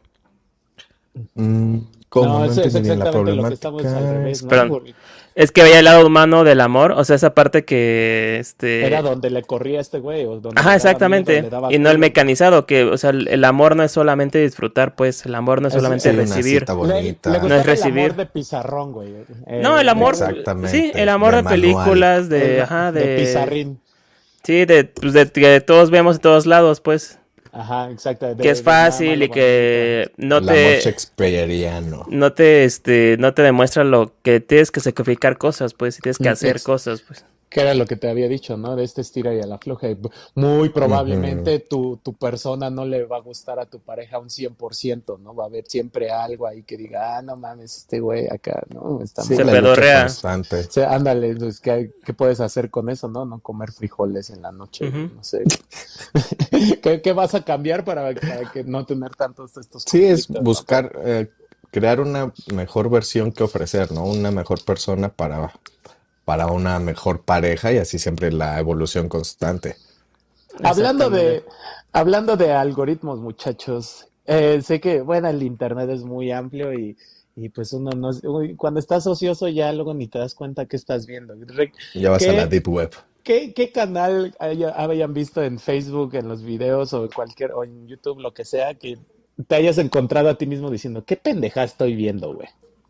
Mm, ¿Cómo? No, No eso es entendí bien la exactamente lo que estamos al problemática. revés, ¿no? Perdón. Porque Es que veía el lado humano del amor, o sea, esa parte que, era este... donde le corría a este güey, o donde Ajá, le daba miedo, exactamente. le daba Y no el culo. mecanizado, que, o sea, el, el amor no es solamente disfrutar, pues, el amor no es Es- solamente Sí, eh, una recibir. cita le, le bonita. No es gustaba el recibir. amor de pizarrón, güey. No, el Eh, amor, de, sí, Exactamente, el amor de de manual. películas, el de, ajá, de de... pizarrín. Sí, de, pues, de que todos vemos en todos lados, pues. Ajá, exacto. Que De, es de nada más fácil lo y bonito. que no El amor te... shakespeariano. No te, este, no te demuestra lo que tienes que sacrificar cosas, pues, y tienes que Mm, hacer ex- cosas, pues. Que era lo que te había dicho, ¿no? De este estira y a la afloje. Muy Ujú. probablemente tu, tu persona no le va a gustar a tu pareja un cien por ciento, ¿no? Va a haber siempre algo ahí que diga, ah, no mames, este güey acá, ¿no? Está Sí, Se muy... la lucha pedorrea. constante. O sea, ándale, pues, ¿qué, qué puedes hacer con eso, no? No comer frijoles en la noche, Ujú. no sé. ¿Qué, qué vas a cambiar para, para que no tener tantos estos Sí, es conflictos, ¿no? buscar, eh, crear una mejor versión que ofrecer, ¿no? Una mejor persona para, para una mejor pareja y así siempre la evolución constante. Hablando Exactamente. de, hablando de algoritmos, muchachos, eh, sé que, bueno, el internet es muy amplio y, y pues uno no, uy, cuando estás ocioso ya luego ni te das cuenta qué estás viendo. Re- Ya vas a la ¿Qué, deep web. qué, qué canal haya- hayan visto en Facebook, en los videos o en cualquier, o en YouTube, lo que sea, que te hayas encontrado a ti mismo diciendo, qué pendeja estoy viendo, güey?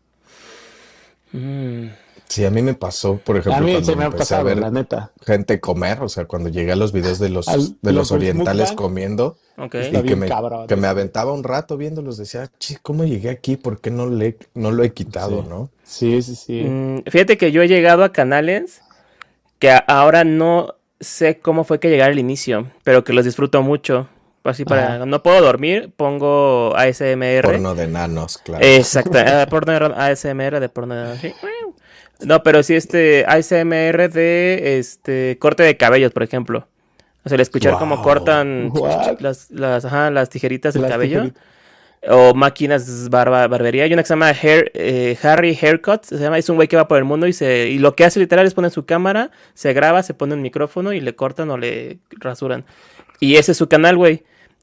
Mm, Sí, a mí me pasó, por A ejemplo, mí cuando se me ha empecé a pasado, la ver neta. gente comer, o sea, cuando llegué a los videos de los, Al, de los, los los orientales mukbang comiendo ok. está y que bien me, cabrón que me eso. aventaba un rato viéndolos, decía, "Chi, ¿cómo llegué aquí? ¿Por qué no le, no lo he quitado, Sí, no?" sí, sí, sí. Mm, fíjate que yo he llegado a canales que a- ahora no sé cómo fue que llegar al inicio, pero que los disfruto mucho. Así para... Ajá. No puedo dormir, pongo A S M R. Porno de enanos, claro. Exacto, eh, porno de A S M R de porno de... sí. No, pero sí este A S M R de este corte de cabellos, por ejemplo. O sea, el escuchar cómo Wow. cortan What? las, las, ajá, las tijeritas del Las cabello. tijeritas. O máquinas barba, barbería. Hay una que se llama Hair, eh, Harry Haircut. Se llama, es un güey que va por el mundo y se y lo que hace literal es poner su cámara, se graba, se pone un micrófono y le cortan o le rasuran. Y ese es su canal, güey.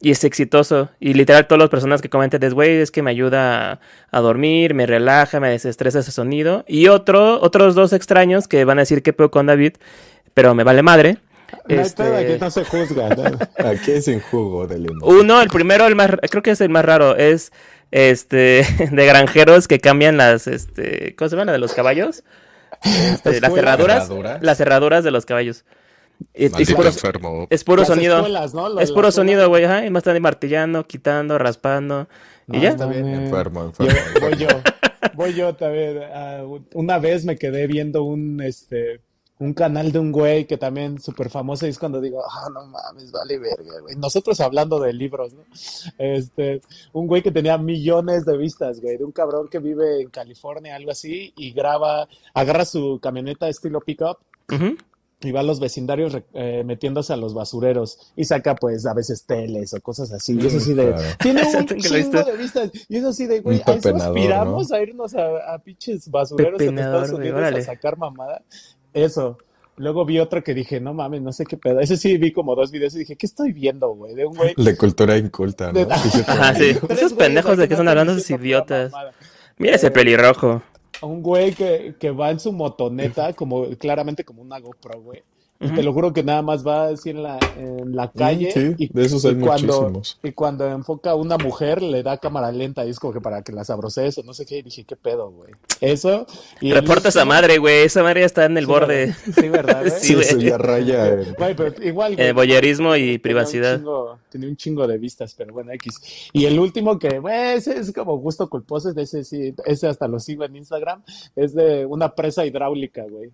y es exitoso. Y literal todas las personas que comentan es, güey, es que me ayuda a, a dormir, me relaja, me desestresa ese sonido. Y otro, otros dos extraños que van a decir qué pedo con David, pero me vale madre. No hay Este, pedo, aquí no se juzga, ¿no? Aquí es sin jugo de limón. Uno, el primero, el más, creo que es el más raro, es este de granjeros que cambian las, este, ¿cómo se llama? La de los caballos. Este, las cerraduras, ¿Cerraduras? las cerraduras de los caballos. Y- y es Maldito puro, enfermo. es puro Las sonido. espuelas, ¿no? Lo de Es las puro espuelas. sonido, güey, ajá, y más están ahí martillando, quitando, raspando. No, y ya. Está bien, mames. enfermo, Yo- enfermo. voy yo, voy yo también. ah, una vez me quedé viendo un, este, un canal de un güey que también súper famoso y es cuando digo, ah, no mames, vale verga, güey. Nosotros hablando de libros, ¿no? Este, un güey que tenía millones de vistas, güey, de un cabrón que vive en California, algo así, y graba, agarra su camioneta estilo pickup Ujú. y va a los vecindarios re- eh, metiéndose a los basureros y saca pues a veces teles o cosas así. Y eso sí de... Claro. Tiene un Exacto, que lo chingo viste. de vistas. Y eso sí de, Un güey, a eso pepenador, aspiramos ¿no? a irnos a, a pinches basureros en Pepenador, Estados güey, Unidos órale. a sacar mamada. Eso. Luego vi otro que dije, no mames, no sé qué pedo. Ese sí vi como dos videos y dije, ¿qué estoy viendo, güey? De un güey... De cultura inculta, de- ¿no? Fíjate. Ajá, sí. Tres Esos güeyes pendejos de aquí que están no hablando, están esos diciendo pura idiotas. mamada. Mira ese Eh, pelirrojo. a un güey que, que va en su motoneta, como claramente como una GoPro, güey. Y Ujú. te lo juro que nada más va así en la, en la Mm, calle sí, y, de esos y hay cuando, muchísimos. y cuando enfoca a una mujer le da cámara lenta y es como que para que la sabroces o no sé qué. Y dije, ¿qué pedo, güey? Eso. Y el Reporta esa último- madre, güey. Esa madre ya está en el Sí, borde. ¿verdad? Sí, ¿verdad, güey? Sí, Sí, güey. eso ya raya en... Güey, pero igual, Eh, güey, voyerismo y tenía un privacidad. chingo, tenía un chingo de vistas, pero bueno, X. Y el último que, güey, ese es como gusto culposo, es de ese sí, ese hasta lo sigo en Instagram, es de una presa hidráulica, güey.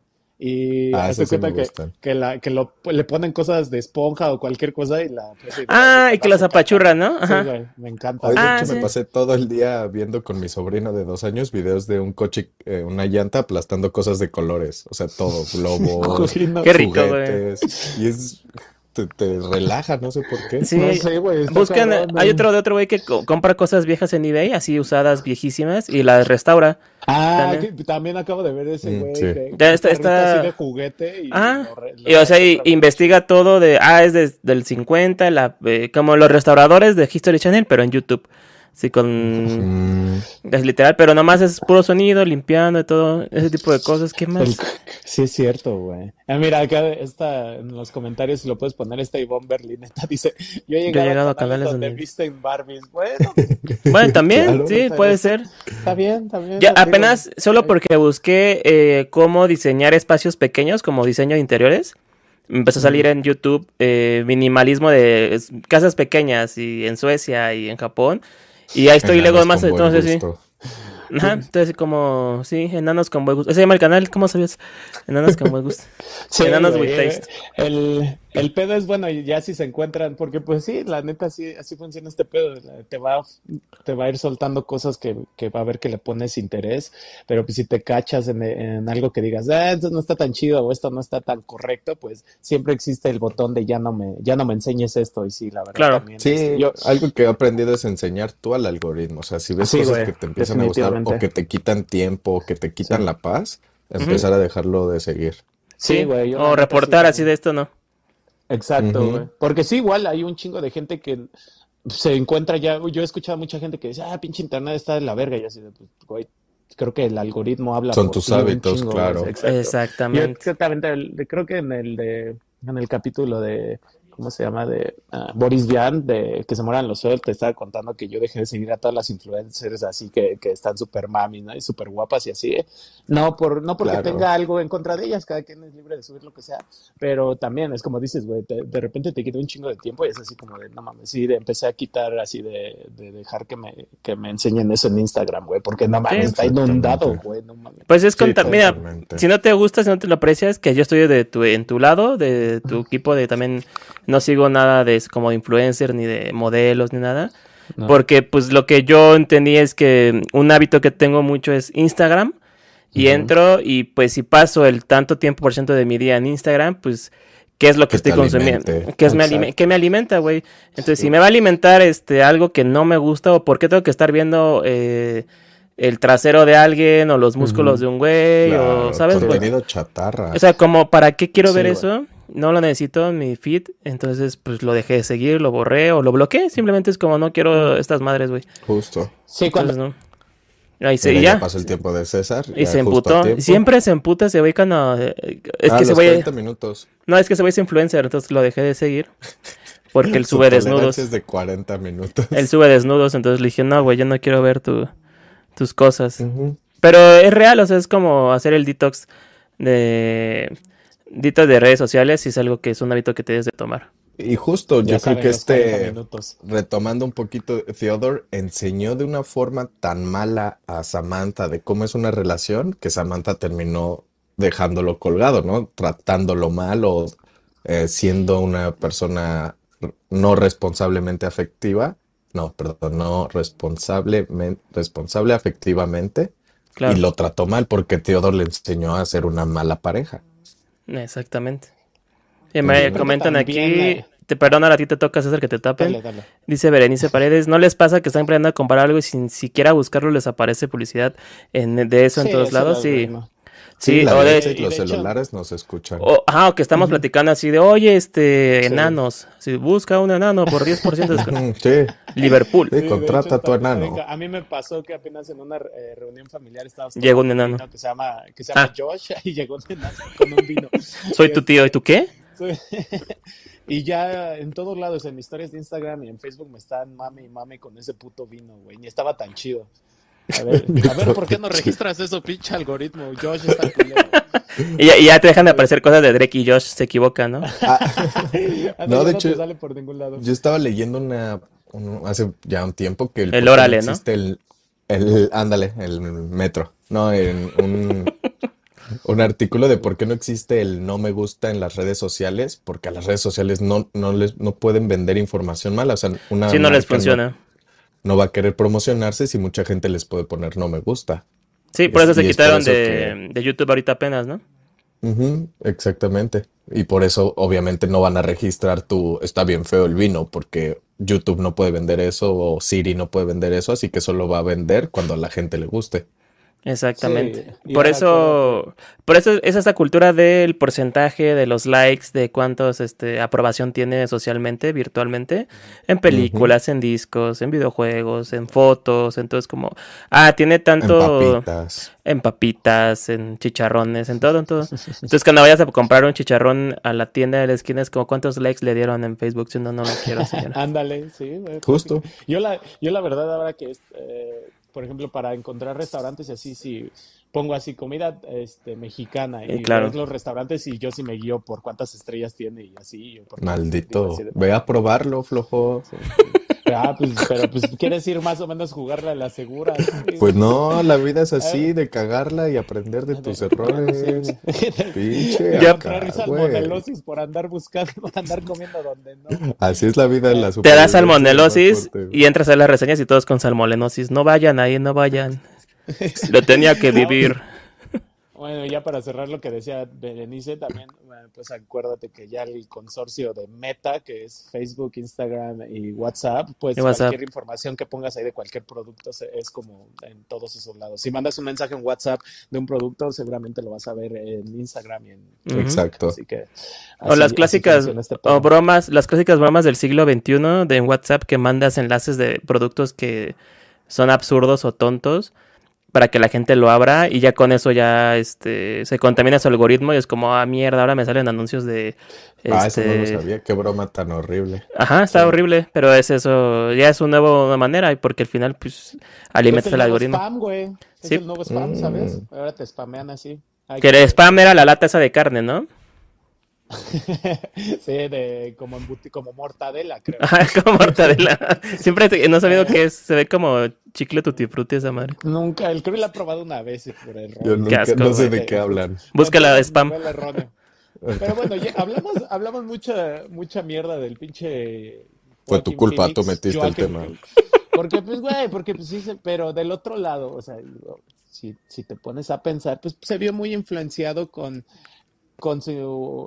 Y Ah, hazte esos sí me cuenta que, gustan. que, la, que lo, le ponen cosas de esponja o cualquier cosa y la presa Ah, hidráulica y que va los su apachurran, ¿no? caca. Sí, Ajá. güey, me encanta. Hoy, de Ah, hecho, me sí. pasé todo el día viendo con mi sobrino de dos años videos de un coche, eh, una llanta aplastando cosas de colores. O sea, todo, globos, Uy, no, Qué rico, güey. juguetes. Y es... Te, te relaja, no sé por qué. Sí, no sé, güey, está buscan, cabrón, hay ¿no? otro de otro güey que co- compra cosas viejas en eBay, así usadas, viejísimas, y las restaura. Ah, También. que también acabo de ver ese Mm, güey sí. que, Ya que está- carrito está- así de juguete y Ah, lo re- lo y o sea, hace y otra vez. investiga todo de, ah, es de- del cincuenta, la, eh, como los restauradores de History Channel, pero en YouTube. Así con... Mm, Es literal, pero nomás es puro sonido, limpiando y todo, ese tipo de cosas. ¿Qué El- más? Sí, es cierto, güey. Ah, mira, acá está en los comentarios, si lo puedes poner, esta Ivonne Berlineta dice: Yo he llegado, llegado a a canales canales donde donde- visten Barbies. Bueno, Bueno, también, Claro. sí, puede ser. está bien, también. Ya digo, apenas, solo porque busqué eh, cómo diseñar espacios pequeños como diseño de interiores, me empezó a salir en YouTube eh, minimalismo de es- casas pequeñas y en Suecia y en Japón. Y ahí estoy enanos luego más, con buen entonces sí. gusto. Ajá, entonces como, sí, enanos con buen gusto. Ese se llama el canal, ¿cómo sabías? Enanos con buen gusto. Sí, Enanos güey, with taste. El, el pedo es bueno, y ya si se encuentran, porque pues sí, la neta, sí, así funciona este pedo. la- Te va, te va a ir soltando cosas que, que va a ver que le pones interés, pero pues si te cachas en, en algo que digas, ah, esto no está tan chido o esto no está tan correcto, pues siempre existe el botón de ya no me, ya no me enseñes esto. Y sí, la verdad Claro. también. Sí, este, yo, algo que he aprendido es enseñar tú al algoritmo. O sea, si ves Sí, cosas güey, que te empiezan a gustar o definitivamente. que te quitan tiempo o que te quitan Sí. la paz, empezar a dejarlo de seguir. Sí, güey. yo la O neta reportar sí así de esto, ¿no? Exacto, Ujú. güey. Porque sí, igual hay un chingo de gente que se encuentra ya. Yo he escuchado a mucha gente que dice, ah, pinche internet está de la verga. Y así de, pues, güey, creo que el algoritmo habla Son por tus ti un hábitos, chingo, claro. güey. Exacto. Yo Exactamente. exactamente, el- creo que en el de, en el capítulo de, ¿cómo se llama? De ah, Boris Vian, de que se mueran los suelos, te estaba contando que yo dejé de seguir a todas las influencers así que, que están súper mami, ¿no? Y súper guapas y así. ¿eh? No por, no porque Claro. tenga algo en contra de ellas, cada quien es libre de subir lo que sea, pero también es como dices, güey, te- de repente te quita un chingo de tiempo y es así como de, no mames, sí, de- empecé a quitar así de, de dejar que me, que me enseñen eso en Instagram, güey, porque no mames, está exactamente. inundado, güey, no mames. Pues es Sí, contar, mira, totalmente. si no te gusta, si no te lo aprecias, que yo estoy de tu, en tu lado, de tu equipo, de también no sigo nada de como de influencer, ni de modelos, ni nada. No. Porque pues lo que yo entendí es que un hábito que tengo mucho es Instagram. Y Ujú. entro y pues si paso el tanto tiempo por ciento de mi día en Instagram, pues ¿qué es lo que, Que estoy te consumiendo? alimente. ¿Qué, es me Exacto. alime- qué me alimenta, güey? Entonces, Sí. si me va a alimentar este algo que no me gusta, o por qué tengo que estar viendo eh, el trasero de alguien, o los músculos Ujú. de un güey, Claro, o, ¿sabes? Pues, contenido chatarra. o sea, como, ¿para qué quiero Sí, ver güey. eso? no lo necesito en mi feed, entonces pues lo dejé de seguir, lo borré o lo bloqueé, simplemente es como no quiero estas madres, güey. Justo. Sí, cuando... Entonces no. Ahí se, Mira, y ya ya. pasó el tiempo de César, Y ya se justo a emputó. tiempo. Siempre se emputa ese güey cuando... eh, Es Ah, que ese los güey... cuarenta minutos. No, es que ese güey es influencer, entonces lo dejé de seguir. Porque él Su sube tolerancia desnudos. es de cuarenta minutos. Él sube desnudos, entonces le dije, no, güey, yo no quiero ver tu, tus cosas. Ujú. Pero es real, o sea, es como hacer el detox de... Detox de redes sociales y es algo que es un hábito que te debes de tomar. Y justo, Ya yo creo saben, que los cuarenta este, minutos. retomando un poquito, Theodore enseñó de una forma tan mala a Samantha de cómo es una relación que Samantha terminó dejándolo colgado, ¿no? Tratándolo mal o eh, siendo una persona no responsablemente afectiva, no, perdón, no responsablemente, responsable afectivamente y Claro, lo trató mal porque Theodore le enseñó a ser una mala pareja. exactamente. Y Y me Creo que comentan también... aquí, eh, te perdonan, a ti te toca, César, que te tapen. Dale, dale. Dice Berenice Paredes, ¿no les pasa que están empezando a comprar algo y sin siquiera buscarlo les aparece publicidad en, de eso en Sí, todos ese lados? lo Sí, arruinó. Sí, sí, la o de, derecha y Y los de hecho... celulares nos escuchan. o, ajá, o que estamos Ujú. platicando así de, oye, este, Sí. enanos, si busca un enano por diez por ciento de descuento. Ujú, sí, Liverpool, sí, Sí, de hecho contrata a tu está, está bien. enano. ca- A mí me pasó que apenas en una eh, reunión familiar estábamos llegó un tomando un enano. vino que se llama, que se llama Ah, Josh y llegó un enano con un vino. soy Y tu tío, ¿y este, tú qué? sí, y ya en todos lados, en historias de Instagram y en Facebook me están mame y mame con ese puto vino, güey. Ni estaba tan chido. A ver, a ver, ¿por qué no registras eso, pinche algoritmo? Josh está culero. Y ya, y ya te dejan de A ver. aparecer cosas de Drake y Josh, se equivocan, ¿no? Ah, Anda, no, ya de no hecho, te sale por ningún lado. yo estaba leyendo una, un- hace ya un tiempo que el El por qué no órale, ¿no? existe el, el, ándale, el metro. No, en un, un artículo de por qué no existe el no me gusta en las redes sociales, porque a las redes sociales no, no les, no pueden vender información mala. O sea, una Sí, no les marca no, funciona. no va a querer promocionarse si mucha gente les puede poner no me gusta. Sí, Y por es, eso se y es por quitaron eso que, de, de YouTube ahorita apenas, ¿no? ujú, exactamente. Y por eso obviamente no van a registrar tu, está bien feo el vino, porque YouTube no puede vender eso o Siri no puede vender eso, así que solo va a vender cuando a la gente le guste. Exactamente. Sí, y Por ahora acuérdate. eso, por eso es esa cultura del porcentaje de los likes, de cuántos este aprobación tiene socialmente, virtualmente, en Ujú. películas, en discos, en videojuegos, en fotos, entonces como, ah, tiene En tanto papitas. en papitas, en chicharrones, en todo, en todo. Entonces cuando vayas a comprar un chicharrón a la tienda de la esquina es como cuántos likes le dieron en Facebook, si no, no lo quiero, señora. Ándale, sí, güey, Justo. prácticamente. Yo la, yo la verdad ahora que, es, eh, por ejemplo, para encontrar restaurantes y así, sí, pongo así comida este, mexicana Y y claro, ves los restaurantes y yo sí me guío por cuántas estrellas tiene y así, yo porque digo así Maldito. de, Ve a probarlo, flojo. sí, sí. Ah, pues, pero pues quieres ir más o menos jugarla a la segura, sí, Pues güey. no, la vida es A así, ver, de cagarla y aprender de tus de- bueno, sí, errores. de, Pinche de ya acá, contraer güey. salmonelosis por andar buscando, andar comiendo donde no. Así es la vida, Eh, la te da supervivencia del más salmonelosis fuerte. y entras a las reseñas y todos con salmonellosis. No vayan ahí, no vayan. Lo tenía que ah, vivir. Bueno, ya para cerrar lo que decía Berenice, también, bueno, pues acuérdate que ya el consorcio de Meta, que es Facebook, Instagram y WhatsApp, Y pues WhatsApp. cualquier información que pongas ahí de cualquier producto se- es como en todos esos lados. Si mandas un mensaje en WhatsApp de un producto, seguramente lo vas a ver en Instagram y en Ujú. Facebook. Exacto. Así que O las así, así clásicas funciona este o pedo. bromas, las clásicas bromas del siglo veintiuno de WhatsApp que mandas enlaces de productos que son absurdos o tontos para que la gente lo abra y ya con eso ya este se contamina su algoritmo y es como, ah, mierda, ahora me salen anuncios de Ah, eso no lo este, sabía. Qué broma tan horrible. ajá, está Sí. horrible, pero es eso, ya es una nueva manera y porque al final pues Es alimentas el el nuevo algoritmo. spam, güey. Es Sí, el nuevo spam, ¿sabes? Mm. Ahora te spamean así. Hay que el que... spam era la lata esa de carne, ¿no? Sí, de como embuti, como mortadela, creo. Ajá, como mortadela. Siempre te- no he sabido qué es, se ve como chicle tutti frutti esa madre. Nunca, el creo que la he probado una vez y por error. Yo y Qué nunca, asco, no sé güey. de qué hablan. Búscala de contiene spam. nivel erróneo. Pero bueno, ya hablamos, hablamos mucha, mucha mierda del pinche Fue tu Joaquin culpa, tú Phoenix, metiste el Joaquin tema. Phoenix. Porque, pues, güey, porque, pues, sí, se- pero del otro lado, o sea, digo, si, si te pones a pensar, pues se vio muy influenciado con, con su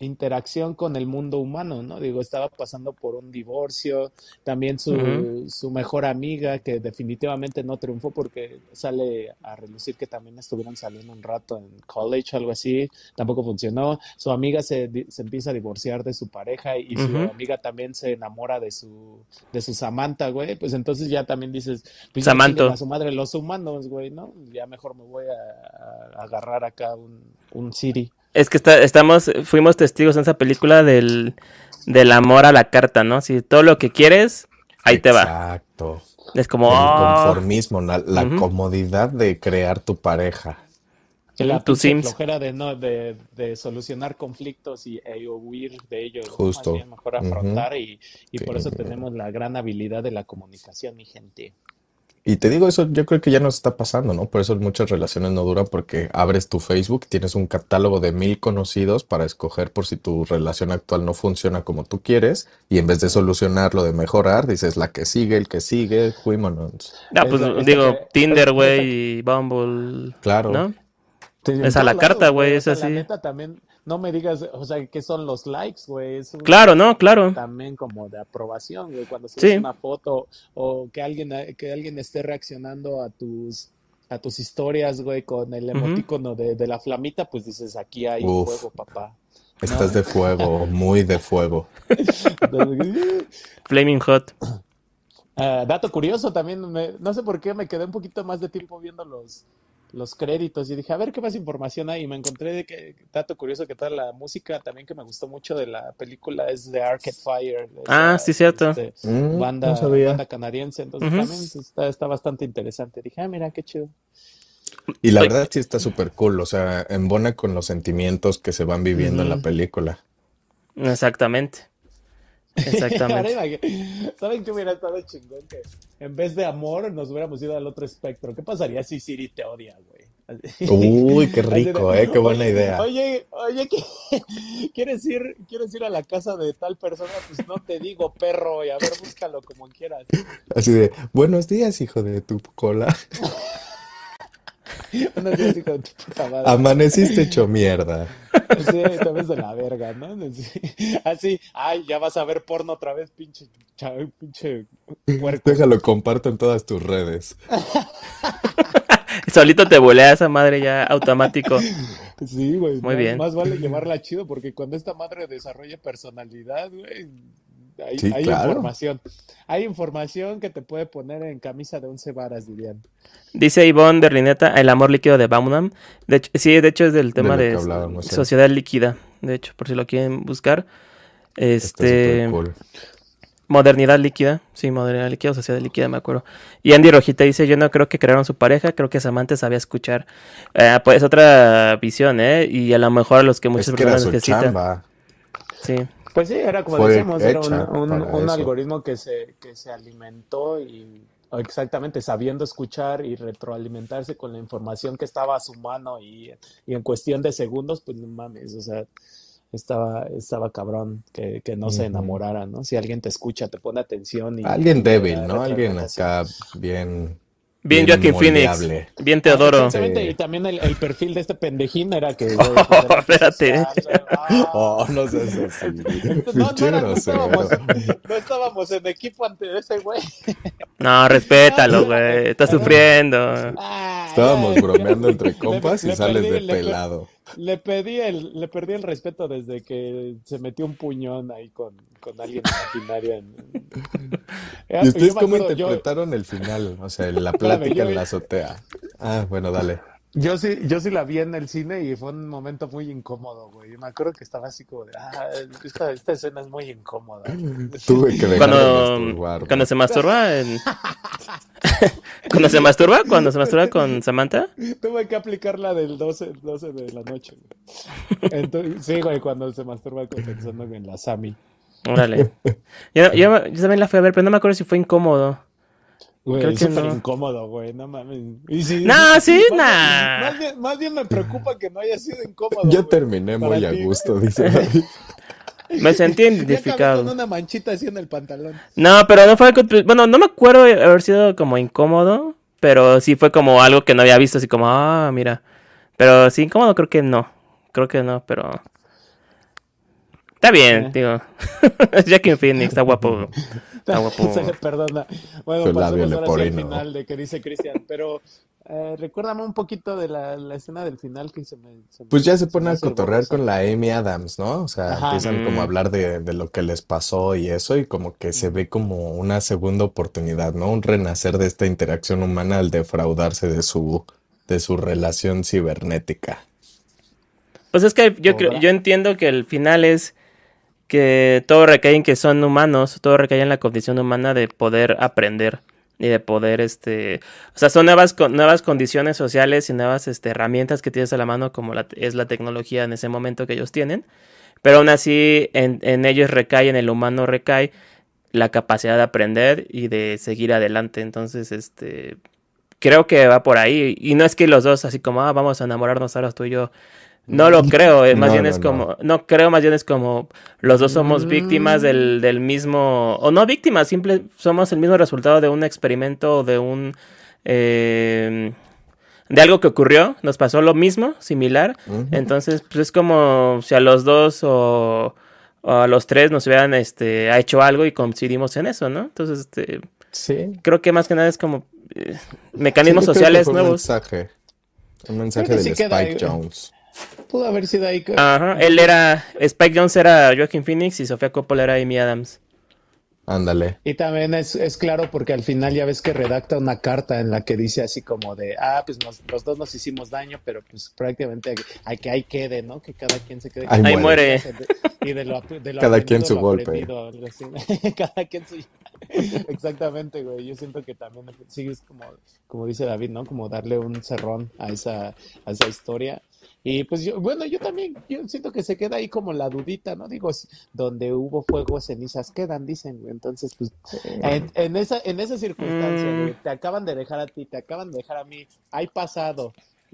interacción con el mundo humano, ¿no? Digo, estaba pasando por un divorcio, también su, Ujú. su mejor amiga, que definitivamente no triunfó porque sale a relucir que también estuvieron saliendo un rato en college, algo así, tampoco funcionó. Su amiga se, di- se empieza a divorciar de su pareja y su Ujú. amiga también se enamora de su, de su Samantha, güey. Pues entonces ya también dices, pues ya chinguen a Samanto. su madre los humanos, güey, ¿no? Ya mejor me voy a, a agarrar acá un, un Siri. Es que está, estamos, fuimos testigos en esa película del, del amor a la carta, ¿no? Si todo lo que quieres, ahí te va. Exacto. Es como, El oh, conformismo, la, la ujú, comodidad de crear tu pareja. Que ujú, la tus pinche Sims. flojera de no, de, de solucionar conflictos y e huir de ellos, ¿no? Más Justo. bien mejor Ujú. afrontar y, y Sí. por eso tenemos la gran habilidad de la comunicación, mi gente. Y te digo, eso yo creo que ya nos está pasando, ¿no? Por eso muchas relaciones no duran porque abres tu Facebook, tienes un catálogo de mil conocidos para escoger por si tu relación actual no funciona como tú quieres y en vez de solucionarlo, de mejorar, dices la que sigue, el que sigue, fuímonos. Ah, pues Esta, esta digo, que, Tinder, esta, güey, y Bumble, Claro. ¿no? sí, en Es a todos la carta, lados, güey. güey, O es sea, la así. neta también, no me digas, o sea, ¿qué son los likes, güey? Es una Claro, ¿no? forma Claro. también como de aprobación, güey. Cuando subes Sí. una foto o que alguien, que alguien esté reaccionando a tus, a tus historias, güey, con el Ujú. emoticono de, de la flamita, pues dices, aquí hay Uf, fuego, papá. estás ¿No? de fuego, muy de fuego. Entonces, Flaming Hot. ah, dato curioso también, me- no sé por qué me quedé un poquito más de tiempo viendo los, los créditos y dije, a ver qué más información hay. Y me encontré de que, dato curioso, que toda la música también que me gustó mucho de la película es de Arcade Fire, Ah, esa sí, cierto. este, Mm, no banda, sabía. banda canadiense. Entonces Ujú. también está, está bastante interesante. Dije, ah, mira, qué chido. Y la Oye, verdad sí está súper cool, o sea, embona con los sentimientos que se van viviendo en la Ujú. película. exactamente. Ahora Exactamente. imagi- ¿Saben qué hubiera estado chingón? Que en vez de amor nos hubiéramos ido al otro espectro. ¿Qué pasaría si Siri te odia, güey? Así, Uy, qué así de, rico, ¿eh? Qué buena oye, idea. oye, oye, ¿qué- ¿quieres ir, quieres ir a la casa de tal persona? Pues no te digo, perro, y a ver, búscalo como quieras. Así de, buenos días, hijo de tu cola. Unos días, hijo de tu puta madre. Amaneciste hecho mierda. Sí, también de la verga, ¿no? Sí. Así, ay, ya vas a ver porno otra vez, pinche, cha- pinche puerco. Déjalo, comparto en todas tus redes. Solito te volea esa madre ya automático. Sí, güey, Muy más, bien. más vale llevarla chido porque cuando esta madre desarrolla personalidad, güey, hay, Sí, hay claro. información. Hay información que te puede poner en camisa de once varas, dirían. Dice Ivonne de Rineta, el amor líquido de Baumham. De hecho, sí, de hecho es del De tema lo de que s- hablábamos, ¿eh? sociedad líquida. De hecho, por si lo quieren buscar. Está súper Este, cool. modernidad líquida. Sí, modernidad líquida o sociedad líquida, me acuerdo. Y Andy Rojita dice, yo no creo que crearon su pareja, creo que Samantha sabía escuchar. Eh, pues otra visión, ¿eh? Y a lo mejor los que muchas Es que era personas su necesitan. chamba. Sí. Pues sí, era como Fue decíamos, era un, hecha un, para un eso. algoritmo que se, que se alimentó y o exactamente sabiendo escuchar y retroalimentarse con la información que estaba a su mano y, y en cuestión de segundos, pues no mames, o sea, estaba, estaba cabrón que, que no se Ujú. enamorara, ¿no? Si alguien te escucha, te pone atención y, Alguien y te débil, da ¿no? Alguien retroalimentación. acá bien, Bien bien Joaquin Phoenix. moldeable. Bien Ah, Teodoro. exactamente, y Sí. también el, el perfil de este pendejín era que, güey, pues era Espérate. antisocial, güey. Oh, Ah, no seas así. Este, no, no Pinche era, no estábamos, grosero. no estábamos en equipo ante ese güey. No, No, pues respétalo, era, güey. Está era, sufriendo. ah, Estábamos ya, ya, bromeando entre le, compas y le sales perdí, de le, per- pelado. le pedí el, le perdí el respeto desde que se metió un puñón ahí con, con alguien imaginario. En, ¿Y ya, yo ustedes me cómo acuerdo, yo, interpretaron el final? O sea, la espérame, plática yo, en la azotea. Ah, bueno, dale. yo sí, yo sí la vi en el cine y fue un momento muy incómodo, güey. Yo me acuerdo que estaba así como de, ah, esta, esta escena es muy incómoda, güey. Tuve que dejar de Cuando, cuando masturbarme. se masturba en... Cuando se masturba, cuando se masturba con Samantha. Tuve que aplicar la del doce doce de la noche, güey. Entonces, sí, güey, cuando se masturba con pensando en la Sami. Órale. Yo, yo, yo también la fui a ver, pero no me acuerdo si fue incómodo. Creo Güey, que súper no. incómodo, güey, no mames. Y sí, sí, No, sí, más bien, nah. más bien, más bien me preocupa que no haya sido incómodo, Ya güey, terminé para muy a ti, gusto, güey. dice David. Me sentí Ya acabé con identificado. una manchita así en el pantalón. No, pero no fue algo... Bueno, no me acuerdo de haber sido como incómodo, pero sí fue como algo que no había visto, así como, ah, mira. Pero sí, incómodo creo que no. Creo que no, pero... Está bien, Eh. digo. Es Joaquin Phoenix, está guapo. Está guapo. Se le perdona. Bueno, Su labio pasemos ahora sí al leporino. final de que dice Cristian, pero eh, recuérdame un poquito de la, la escena del final que se me, se Pues me, ya se se pone me a hace cotorrear borrosa. con la Amy Adams, ¿no? O sea, Ajá. empiezan como a Mm. hablar de, de lo que les pasó y eso, y como que se Ujú. ve como una segunda oportunidad, ¿no? Un renacer de esta interacción humana al defraudarse de su, de su relación cibernética. Pues es que yo creo, Cobra. yo entiendo que el final es que todo recae en que son humanos, todo recae en la condición humana de poder aprender y de poder, este, o sea, son nuevas, co- nuevas condiciones sociales y nuevas, este, herramientas que tienes a la mano, como la, es la tecnología en ese momento que ellos tienen, pero aún así en, en ellos recae, en el humano recae la capacidad de aprender y de seguir adelante, entonces, este, creo que va por ahí, y no es que los dos así como, ah, vamos a enamorarnos ahora tú y yo. No lo creo, eh, más No, bien no, es no. como, no creo, más bien es como los dos somos víctimas del, Mm, del mismo, o no víctimas, simple, somos el mismo resultado de un experimento o de un, eh, de algo que ocurrió, nos pasó lo mismo, similar, Ujú. entonces pues es como si a los dos o, o a los tres nos hubieran, este, ha hecho algo y coincidimos en eso, ¿no? Entonces, este, Sí. creo que más que nada es como eh, Sí, mecanismos yo creo que sociales fue un nuevos. mensaje. Un creo mensaje que del sí queda ahí. Spike Jones. Pudo haber sido ahí. que- Ajá, él era, Spike Jones era Joaquin Phoenix y Sofía Coppola era Amy Adams. Ándale. Y también es, es claro porque al final ya ves que redacta una carta en la que dice así como de, ah, pues nos- los dos nos hicimos daño, pero pues prácticamente hay que ahí quede, ¿no? Que cada quien se quede Ahí con Ahí lo que muere. hace de- y de lo, ap- de lo Cada quien aprendido, su lo golpe. aprendido, algo así. Cada quien su... Exactamente, güey. Yo siento que también sí es como, como dice David, ¿no? Como darle un cerrón a esa, a esa historia. Y pues yo, bueno, yo también, yo siento que se queda ahí como la dudita, ¿no? Digo, s- donde hubo fuego, cenizas quedan, dicen, güey. Entonces, pues, en, en esa, en esa circunstancia Mm, de te acaban de dejar a ti, te acaban de dejar a mí, hay pasado,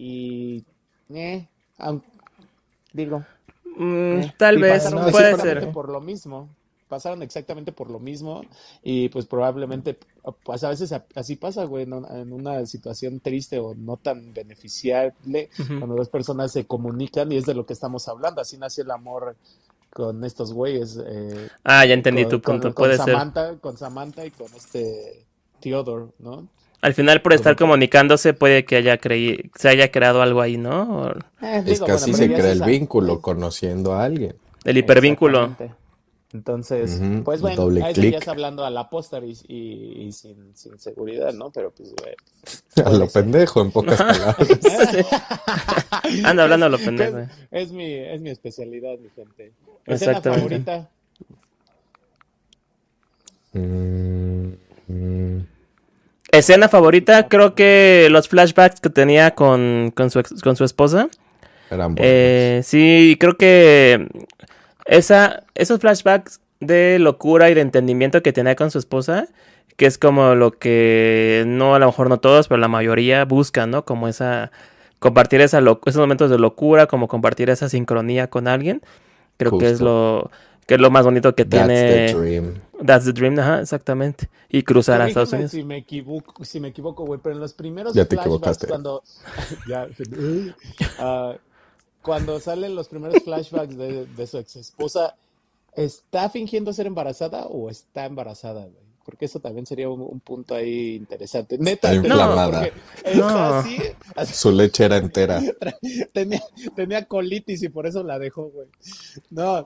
y eh, aun- digo, mm, eh, tal y vez, pasaron No, sí, puede ¿por exactamente ser. qué? por lo mismo, pasaron exactamente por lo mismo, y pues probablemente, pues a veces a- así pasa, güey, ¿no? En una situación triste o no tan beneficiable, Ujú. cuando dos personas se comunican, y es de lo que estamos hablando, así nació el amor con estos güeyes, eh, Ah, ya entendí con, tu con, punto, con puede ser. Samantha, con Samantha y con este Theodore, ¿no? Al final, por estar Como que, comunicándose, puede que haya creí se haya creado algo ahí, ¿no? O eh, Es digo, que bueno, así pero se ya es crea el esa, vínculo, es conociendo a alguien. el hipervínculo. exactamente. Entonces, Ujú. pues bueno, Doble a eso ya es clic. hablando a la postre y, y, y sin, sin seguridad, ¿no? Pero pues, güey, A puede lo ser. pendejo, en pocas palabras. Sí. Anda hablando a lo Que pendejo. es, eh. es mi, es mi especialidad, mi gente. Escena Exactamente. favorita. Mm, mm, Escena favorita, Escena creo favorita. que los flashbacks que tenía con, con su, ex- con su esposa. eran buenos. Eh, sí, creo que esa, esos flashbacks de locura y de entendimiento que tenía con su esposa, que es como lo que no, a lo mejor no todos, pero la mayoría buscan, ¿no? Como esa, compartir esa lo- esos momentos de locura, como compartir esa sincronía con alguien. Creo que es Justo. lo, que es lo más bonito que That's the tiene. dream. That's the dream, ajá, exactamente. Y cruzar a Estados Corrígeme Unidos. si me equivoco, si me equivoco, güey, pero en los primeros Ya te flashbacks, equivocaste. cuando ya, ah, cuando salen los primeros flashbacks de, de su ex esposa, ¿está fingiendo ser embarazada o está embarazada, güey? Porque eso también sería un, un punto ahí interesante. Neta, Está te lo juro, inflamada. porque está No. así, así, Su leche era entera. tenía, tenía colitis y por eso la dejó, güey. No.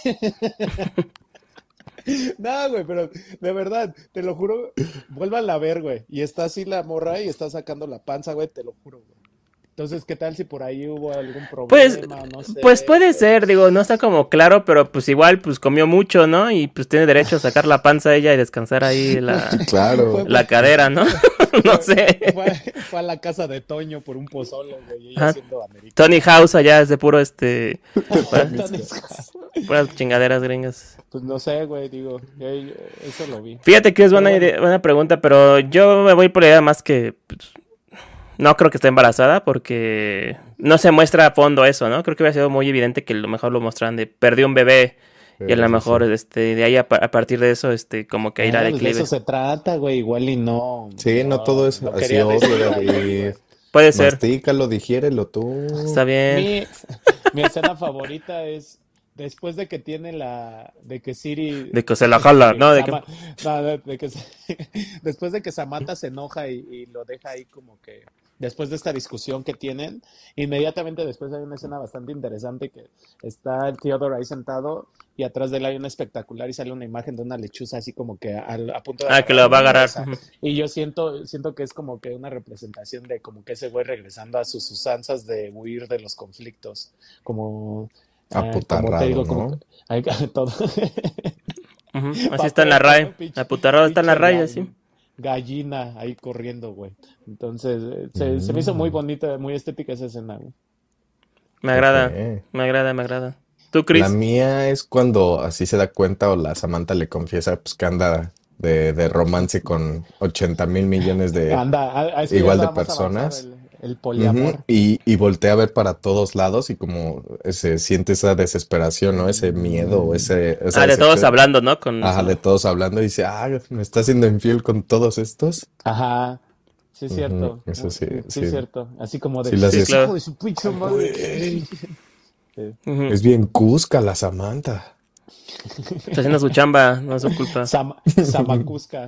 No, güey, pero de verdad, te lo juro, vuélvanla a ver, güey. Y está así la morra y está sacando la panza, güey, te lo juro, güey. Entonces, ¿qué tal si por ahí hubo algún Pues, problema? No sé, pues puede güey. ser, digo, no está como claro, pero pues igual pues comió mucho, ¿no? Y pues tiene derecho a sacar la panza ella y descansar ahí la, Claro. Fue, la cadera, ¿no? No fue, sé. fue, fue a la casa de Toño por un pozole, güey, ella Ajá. siendo americana. Tony House allá es de puro este, puras, Entonces, puras chingaderas gringas. pues no sé, güey, digo, yo- yo- eso lo vi. Fíjate que es Pero buena bueno, idea, buena pregunta, pero yo me voy por la idea más que pues, no creo que esté embarazada porque no se muestra a fondo eso, ¿no? Creo que hubiera sido muy evidente que a lo mejor lo mostraran de perdió un bebé y a lo Sí, sí, mejor sí. este de ahí a, pa- a partir de eso este como que irá a eh, pues de declive. eso se trata, güey, igual y no, Sí, no todo no, es no así quería obvio, decir ahí, David. güey. Puede ser, Mastícalo, digiérelo está tú. bien. Mi, mi escena favorita es después de que tiene la, de que Siri, De que se la jala, que ¿no? De que... Sama- no, de, de que se- después de que Samantha se enoja y, y lo deja ahí como que, después de esta discusión que tienen, inmediatamente después hay una escena bastante interesante que está el Theodore ahí sentado y atrás de él hay un espectacular y sale una imagen de una lechuza así como que al- a, punto de Ah, que agarrar lo va a una agarrar. mesa. Ujú. Y yo siento, siento que es como que una representación de como que ese güey regresando a sus usanzas de huir de los conflictos, como, ah, como te Aputarrado, digo, como que ¿no? hay todo. Ujú. Así está en la Papel, R A E. ¿no? Pinche, Aputarrado está en la pinche R A E, gall- sí. gallina ahí corriendo, güey. Entonces, eh, se, se me hizo muy Mm, bonita, muy estética esa escena, güey. Me ok. agrada, me agrada, me agrada. ¿Tú, La Chris? mía es cuando así se da cuenta o la Samantha le confiesa pues, que anda de, de romance con ochenta mil millones de Anda, a, a eso ya igual de estaba más avanzado, personas. el, el Ujú, poliamor. y, y voltea a ver para todos lados y como se siente esa desesperación, ¿no? Ese miedo o ese, esa Ah, de todos decepción. hablando, ¿no? Con Ajá, su... de todos hablando y dice, ah, me está haciendo infiel con todos estos. Ajá, sí es Ujú, cierto, eso mu- sí, sí es sí, cierto. Así como de, sí las Sí, es. hijo claro. de su pinche Ay, madre. güey, Sí. Ujú. es bien cusca la Samantha. Está haciendo su chamba, no es su culpa. Sama- Samacuska.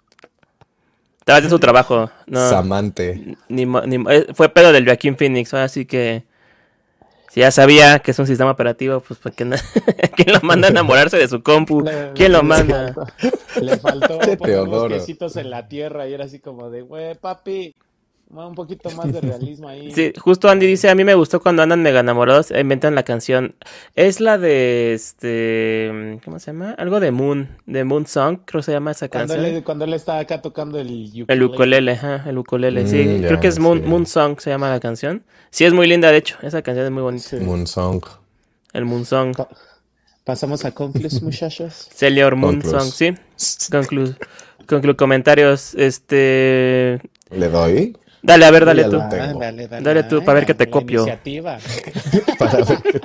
Estaba haciendo su trabajo, no. Samante. Ni, mo- ni, mo- eh, fue pedo del Joaquín Phoenix, así que si ya sabía que es un sistema operativo, pues ¿para qué na- ¿quién lo manda a enamorarse de su compu? Le, ¿Quién lo le manda? faltó, le faltó Che, poner los Teodoro. piecitos en la tierra y era así como de, güey, papi, un poquito más de realismo ahí. Sí, justo Andy dice, a mí me gustó cuando andan mega enamorados, e inventan la canción. Es la de este, ¿cómo se llama? Algo de Moon, de Moon Song, creo que se llama esa Cuando canción. él, cuando él está acá tocando el El ukulele. ukulele, ajá, el ukulele, sí, Mm, creo que ya, es Moon, sí. Moon Song se llama la canción. Sí, es muy linda, de hecho, esa canción es muy bonita. Sí. Moonsong. El Moon Song, Pa- pasamos a Conclus, muchachos. Sailor Moon Song, Conclus. sí. Conclu, conclu comentarios, este, ¿Le doy? dale, a ver, Yo dale ya tú. lo Ah, tengo. dale, dale. Dale tú, Ay, para ver que la, te la copio. iniciativa. Para ver qué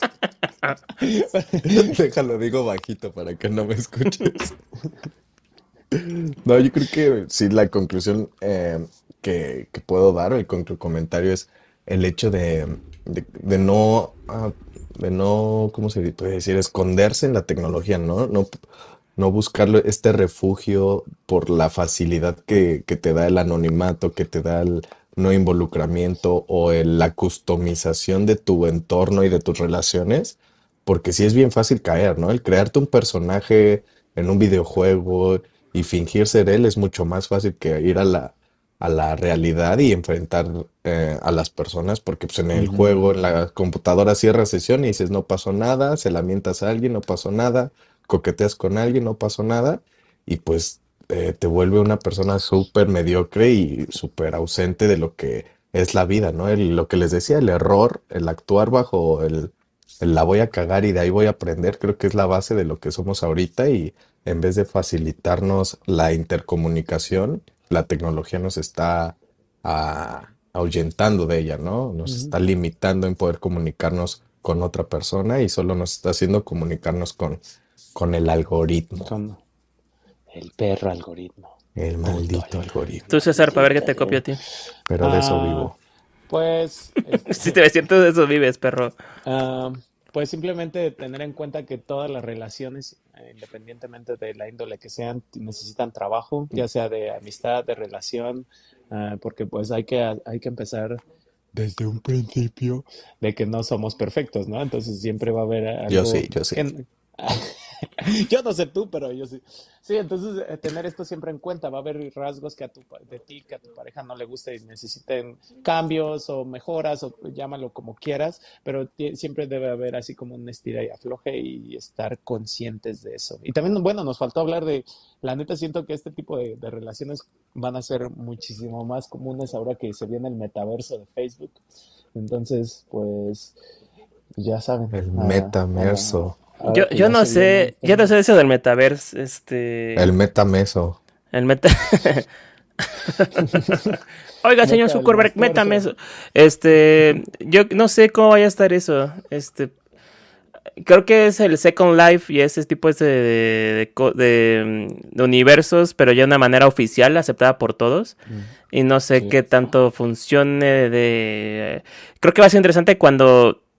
Déjalo, digo bajito para que no me escuches. No, yo creo que sí, la conclusión eh, que, que puedo dar, el conclu comentario es el hecho de, de, de no, ah, de no, ¿cómo se puede decir? Esconderse en la tecnología, ¿no? No, no buscar este refugio por la facilidad que, que te da el anonimato, que te da el no involucramiento o el- la customización de tu entorno y de tus relaciones, porque sí es bien fácil caer, ¿no? El crearte un personaje en un videojuego y fingir ser él es mucho más fácil que ir a la, a la realidad y enfrentar eh, a las personas, porque pues en el juego, en la computadora cierras sesión y dices no pasó nada, se lamentas a alguien, no pasó nada, coqueteas con alguien, no pasó nada, y pues eh, te vuelve una persona súper mediocre y súper ausente de lo que es la vida, ¿no? El- lo que les decía, el error, el actuar bajo el, el la voy a cagar y de ahí voy a aprender, creo que es la base de lo que somos ahorita y en vez de facilitarnos la intercomunicación, la tecnología nos está ah, ahuyentando de ella, ¿no? Nos Ujú. está limitando en poder comunicarnos con otra persona y solo nos está haciendo comunicarnos con, con el algoritmo, Con el perro algoritmo. el Puto maldito algoritmo. algoritmo. Tú, César, para ver que te copio a ti. Pero de eso Ah, vivo. pues, Si este, te ves cierto de eso vives, perro. ah, pues simplemente tener en cuenta que todas las relaciones, eh, independientemente de la índole que sean, t- necesitan trabajo, ya sea de amistad, de relación, ah, porque pues hay que, hay que empezar desde un principio de que no somos perfectos, ¿no? Entonces siempre va a haber Yo algo sí, yo sí. que... Yo no sé tú, pero yo sí. Sí, entonces eh, tener esto siempre en cuenta. Va a haber rasgos que a tu, pa- de ti, que a tu pareja no le guste y necesiten cambios o mejoras o llámalo como quieras, pero ti- siempre debe haber así como un estira y afloje y estar conscientes de eso. Y también, bueno, nos faltó hablar de, la neta siento que este tipo de, de relaciones van a ser muchísimo más comunes ahora que se viene el metaverso de Facebook. Entonces, pues, ya saben, El a- a- metaverso. ahora Yo, que yo ya no se viene sé, yo no esto. sé eso del metaverse, este, El metameso. el meta... Oiga, señor Meta al Zuckerberg, métame esfuerzo. eso. Este, yo no sé cómo vaya a estar eso. Este, creo que es el Second Life y ese tipo ese de, de, co- de, mm, de universos, pero ya de una manera oficial, aceptada por todos. Mm, Y no sé sí. qué tanto funcione de... Creo que va a ser interesante cuando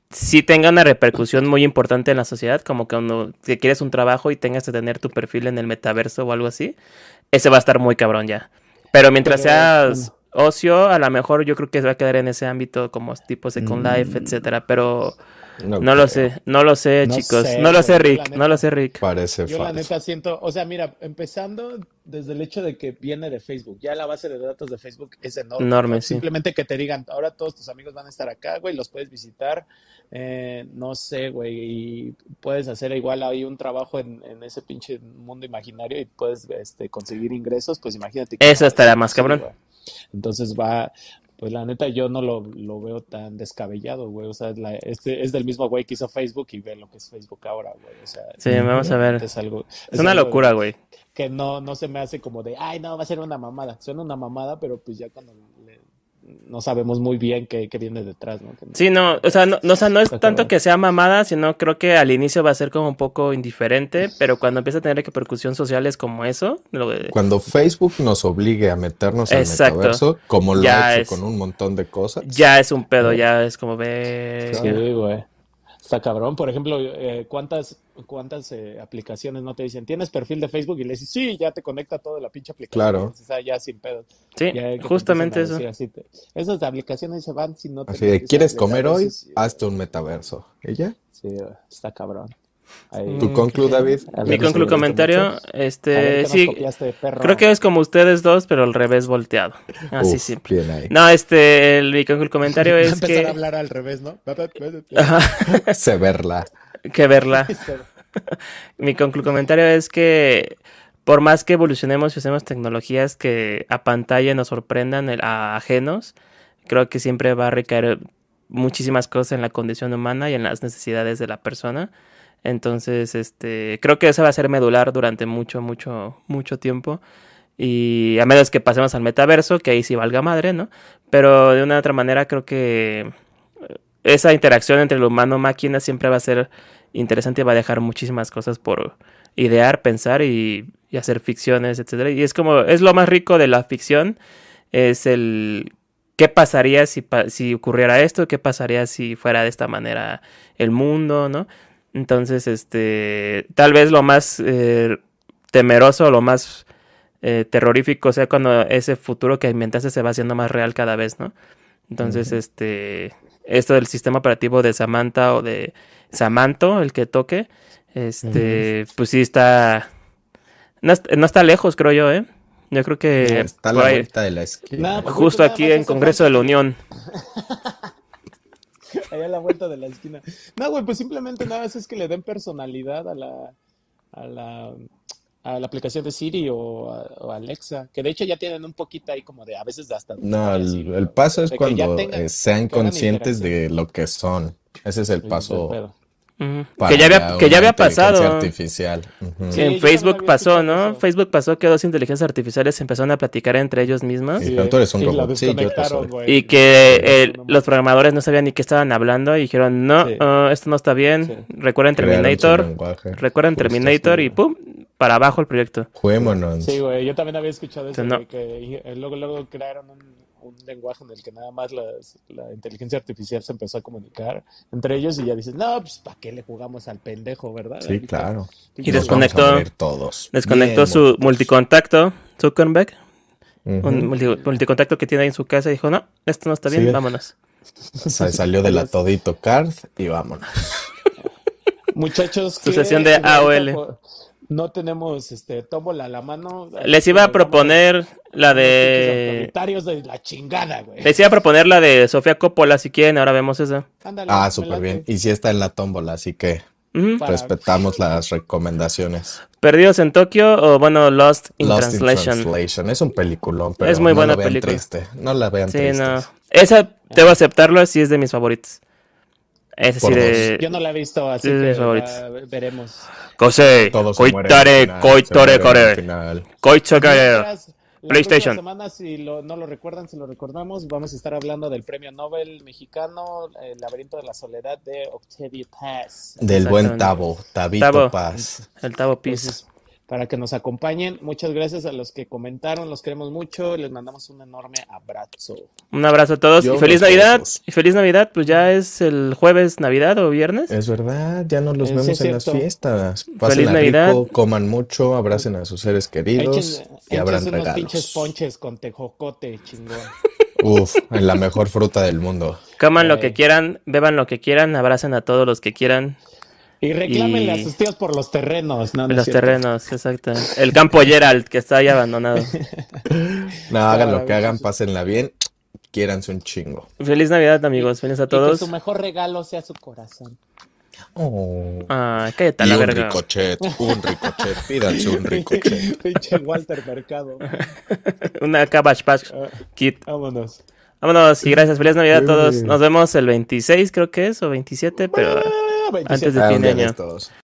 sí tenga una repercusión muy importante en la sociedad, como que cuando que quieres un trabajo y tengas que tener tu perfil en el metaverso o algo así, ese va a estar muy cabrón ya. Pero mientras Pero, seas bueno, ocio, a lo mejor yo creo que se va a quedar en ese ámbito como tipo Second Life, Mm, etcétera, pero no no lo creo. sé, no lo sé, no chicos, sé, no lo sé, güey. Yo la Rick, no lo neta, sé, Rick. Parece yo la falso. neta siento, o sea, mira, empezando desde el hecho de que viene de Facebook, ya la base de datos de Facebook es enorme, Enorme, ¿no? sí. Simplemente que te digan, ahora todos tus amigos van a estar acá, güey, los puedes visitar, eh, no sé, güey, y puedes hacer igual ahí un trabajo en, en ese pinche mundo imaginario y puedes, este, conseguir ingresos, pues imagínate qué Eso madre, estará ¿no? más Sí, cabrón. güey. Entonces va, pues la neta yo no lo, lo veo tan descabellado, güey. O sea, la- este es del mismo güey que hizo Facebook y ve lo que es Facebook ahora, güey. O sea, Sí, vamos a ver. realmente es algo, Es es una algo locura, de, güey. que no, no se me hace como de, ay, no, va a ser una mamada. Suena una mamada, pero pues ya cuando le- no sabemos muy bien qué, qué viene detrás, ¿no? Que- Sí, no, o sea, no, no, o sea, no es está tanto cabrón. que sea mamada, sino creo que al inicio va a ser como un poco indiferente, pero cuando empieza a tener repercusión sociales como eso, lo de- Cuando Facebook nos obligue a meternos al exacto, metaverso, como lo ha ya hecho con es, un montón de cosas, ya es un pedo, ¿no? ya es como Claro, verga. Sí, güey. Está cabrón. Por ejemplo, eh, ¿cuántas, cuántas eh, aplicaciones no te dicen, ¿tienes perfil de Facebook? Y le dices, sí, ya te conecta toda la pinche aplicación y claro. dices, ah, ya sin pedo. Sí, Ya que te empiezan a justamente eso. decir así. Te- esas aplicaciones se van si no te Así de, empiezas a ¿quieres agregar comer eso. hoy? Sí, güey. Hazte un metaverso. ¿Y ya? Sí, güey, está cabrón. ¿Tu Mm, Ahí, qué conclu, pedo. David? a Mi ¿Ya ver nos si conclu le gusta aburriste mucho? mucho. comentario, A ver este, qué nos sí, copiaste, creo que perro. es como ustedes dos, pero al revés volteado. Así Uf, simple. bien ahí. No, este, el, mi conclu comentario Va a es empezar a que, hablar al revés, ¿no? ajá, Se verla. que verla. Se- Mi conclu comentario es que por más que evolucionemos y usemos tecnologías que apantallen o sorprendan el- a ajenos, creo que siempre va a recaer muchísimas cosas en la condición humana y en las necesidades de la persona. Entonces, este, creo que eso va a ser medular durante mucho, mucho, mucho tiempo. Y a menos que pasemos al metaverso, que ahí sí valga madre, ¿no? Pero de una u otra manera creo que esa interacción entre el humano-máquina siempre va a ser interesante y va a dejar muchísimas cosas por idear, pensar y, y hacer ficciones, etcétera. Y es como, es lo más rico de la ficción, es el qué pasaría si, pa- si ocurriera esto, qué pasaría si fuera de esta manera el mundo, ¿no? Entonces, este, tal vez lo más eh, temeroso, lo más eh, terrorífico sea cuando ese futuro que inventaste se va haciendo más real cada vez, ¿no? Entonces, Ujú. este, esto del sistema operativo de Samantha o de Samanto, el que toque, Ujú. este, pues sí está, no, est- no está lejos, creo yo, ¿eh? Yo creo No, que Está a por la ahí, vuelta de la esquina. nada, pues güey, pues justo nada aquí más en hace Congreso falta de la que le, Unión. allá a la vuelta de la esquina. No, güey, pues simplemente nada más es que le den personalidad a la, a la, a la aplicación de Siri o, a- o Alexa, que de hecho ya tienen un poquito ahí como de, a veces hasta de No, usuario así, el, güey, el paso es de que ya cuando tengan, eh, sean que hagan conscientes interacción. de lo que son. Ese es el Ese es el paso pedo. Ujú. Que para ya había, ya que ya una había inteligencia pasado. artificial. Ujú. En Sí, yo también Facebook había pasó, escuchado ¿no? eso. Facebook pasó que dos inteligencias artificiales empezaron a platicar entre ellos Y mismos Sí, dijeron, tú eres un y la robot. Sí, yo lo desconectaron, soy. güey. y La que Sí. desconectaron, el- no los mames. programadores no sabían ni qué estaban hablando y dijeron, no, Sí, ah, esto no está bien, sí. recuerden Crearon su Terminator, lenguaje. recuerden Justo. Sí, Terminator y güey. pum, para abajo el proyecto. Sí, Juémonos. güey, yo también había escuchado eso, Entonces, no. güey, que eh, luego, luego crearon un, un lenguaje en el que nada más las- la inteligencia artificial se empezó a comunicar entre ellos y ya dices, no, pues ¿para qué le jugamos al pendejo, verdad? Sí, Ahorita, claro. Y pinche Nos vamos a desconectó, morir todos. desconectó Bien su moritos. multicontacto, Zuckerberg, un Ujú. multi- multicontacto que tiene ahí en su casa y dijo, no, esto no está bien, Sí, vámonos. sa- salió de la Adiós. Todito Card y vámonos. Muchachos, Su sesión que de ahorita A O L. po- no tenemos este tómbola a la mano, así Les que iba a nos vamos proponer la unos pinches de... autoritarios de la chingada, güey. Les iba a proponer la de Sofía Coppola, si quieren, ahora vemos eso. Ándale, Ah, me súper bien. late. Y sí está en la tómbola, así que Ujú. Para, respetamos las recomendaciones. Perdidos en Tokio o, bueno, Lost in Lost in Translation. Translation. Es un peliculón, pero Es muy no buena lo vean película. triste. No la vean Sí, no. tristes. Esa, debo aceptarlo, sí es de mis favoritos. Esa sí Por dos. de... yo no la he visto, así Sí, de mis que favoritos. ya veremos. Kosei, Todos se mueren al koitare, final. Se koitore mueren al kore, final. koitsokare. Mientras, la PlayStation. próxima semana, si lo- no lo recuerdan, si lo recordamos, vamos a estar hablando del premio Nobel mexicano, El laberinto de la soledad de Octavia Paz. Del buen Exactamente. Tabo, Tabito Tabo, Paz. el Tavo Piece. Entonces, para que nos acompañen. Muchas gracias a los que comentaron, los queremos mucho, les mandamos un enorme abrazo. Un abrazo a todos Yo y feliz unos Navidad. besos. Y feliz Navidad, pues ya es el jueves Navidad o viernes. Es verdad, ya nos los Eh, sí, vemos es en las cierto. fiestas. Feliz Pásenla Navidad. rico, coman mucho, abracen a sus seres queridos Echen, y abran échense unos pinches regalos. ponches con tejocote, chingón. Uf, en la mejor fruta del mundo. Coman lo Ey. que quieran, beban lo que quieran, abracen a todos los que quieran. Y reclámenle Y- a sus tíos por los terrenos, ¿no? no es Los cierto. terrenos, exacto. El campo Gerald, que está ahí abandonado. No, hagan lo que Cámara, hagan, muchachos. pásenla bien, quiéranse un chingo. Feliz Navidad, amigos. Feliz a Y que todos. su mejor regalo sea su corazón. Oh. Ah, cállate a Y la un verga. ricochet, un ricochet, pídanse un ricochet. Pinche Walter Mercado. Una Cabbage Patch Ah, Kit. vámonos. Vámonos y gracias. Feliz Navidad a todos. Sí. Nos vemos el veintiséis, creo que es, o veintisiete, pero Ah, veintisiete. antes de Ah, fin un de día de año. estos.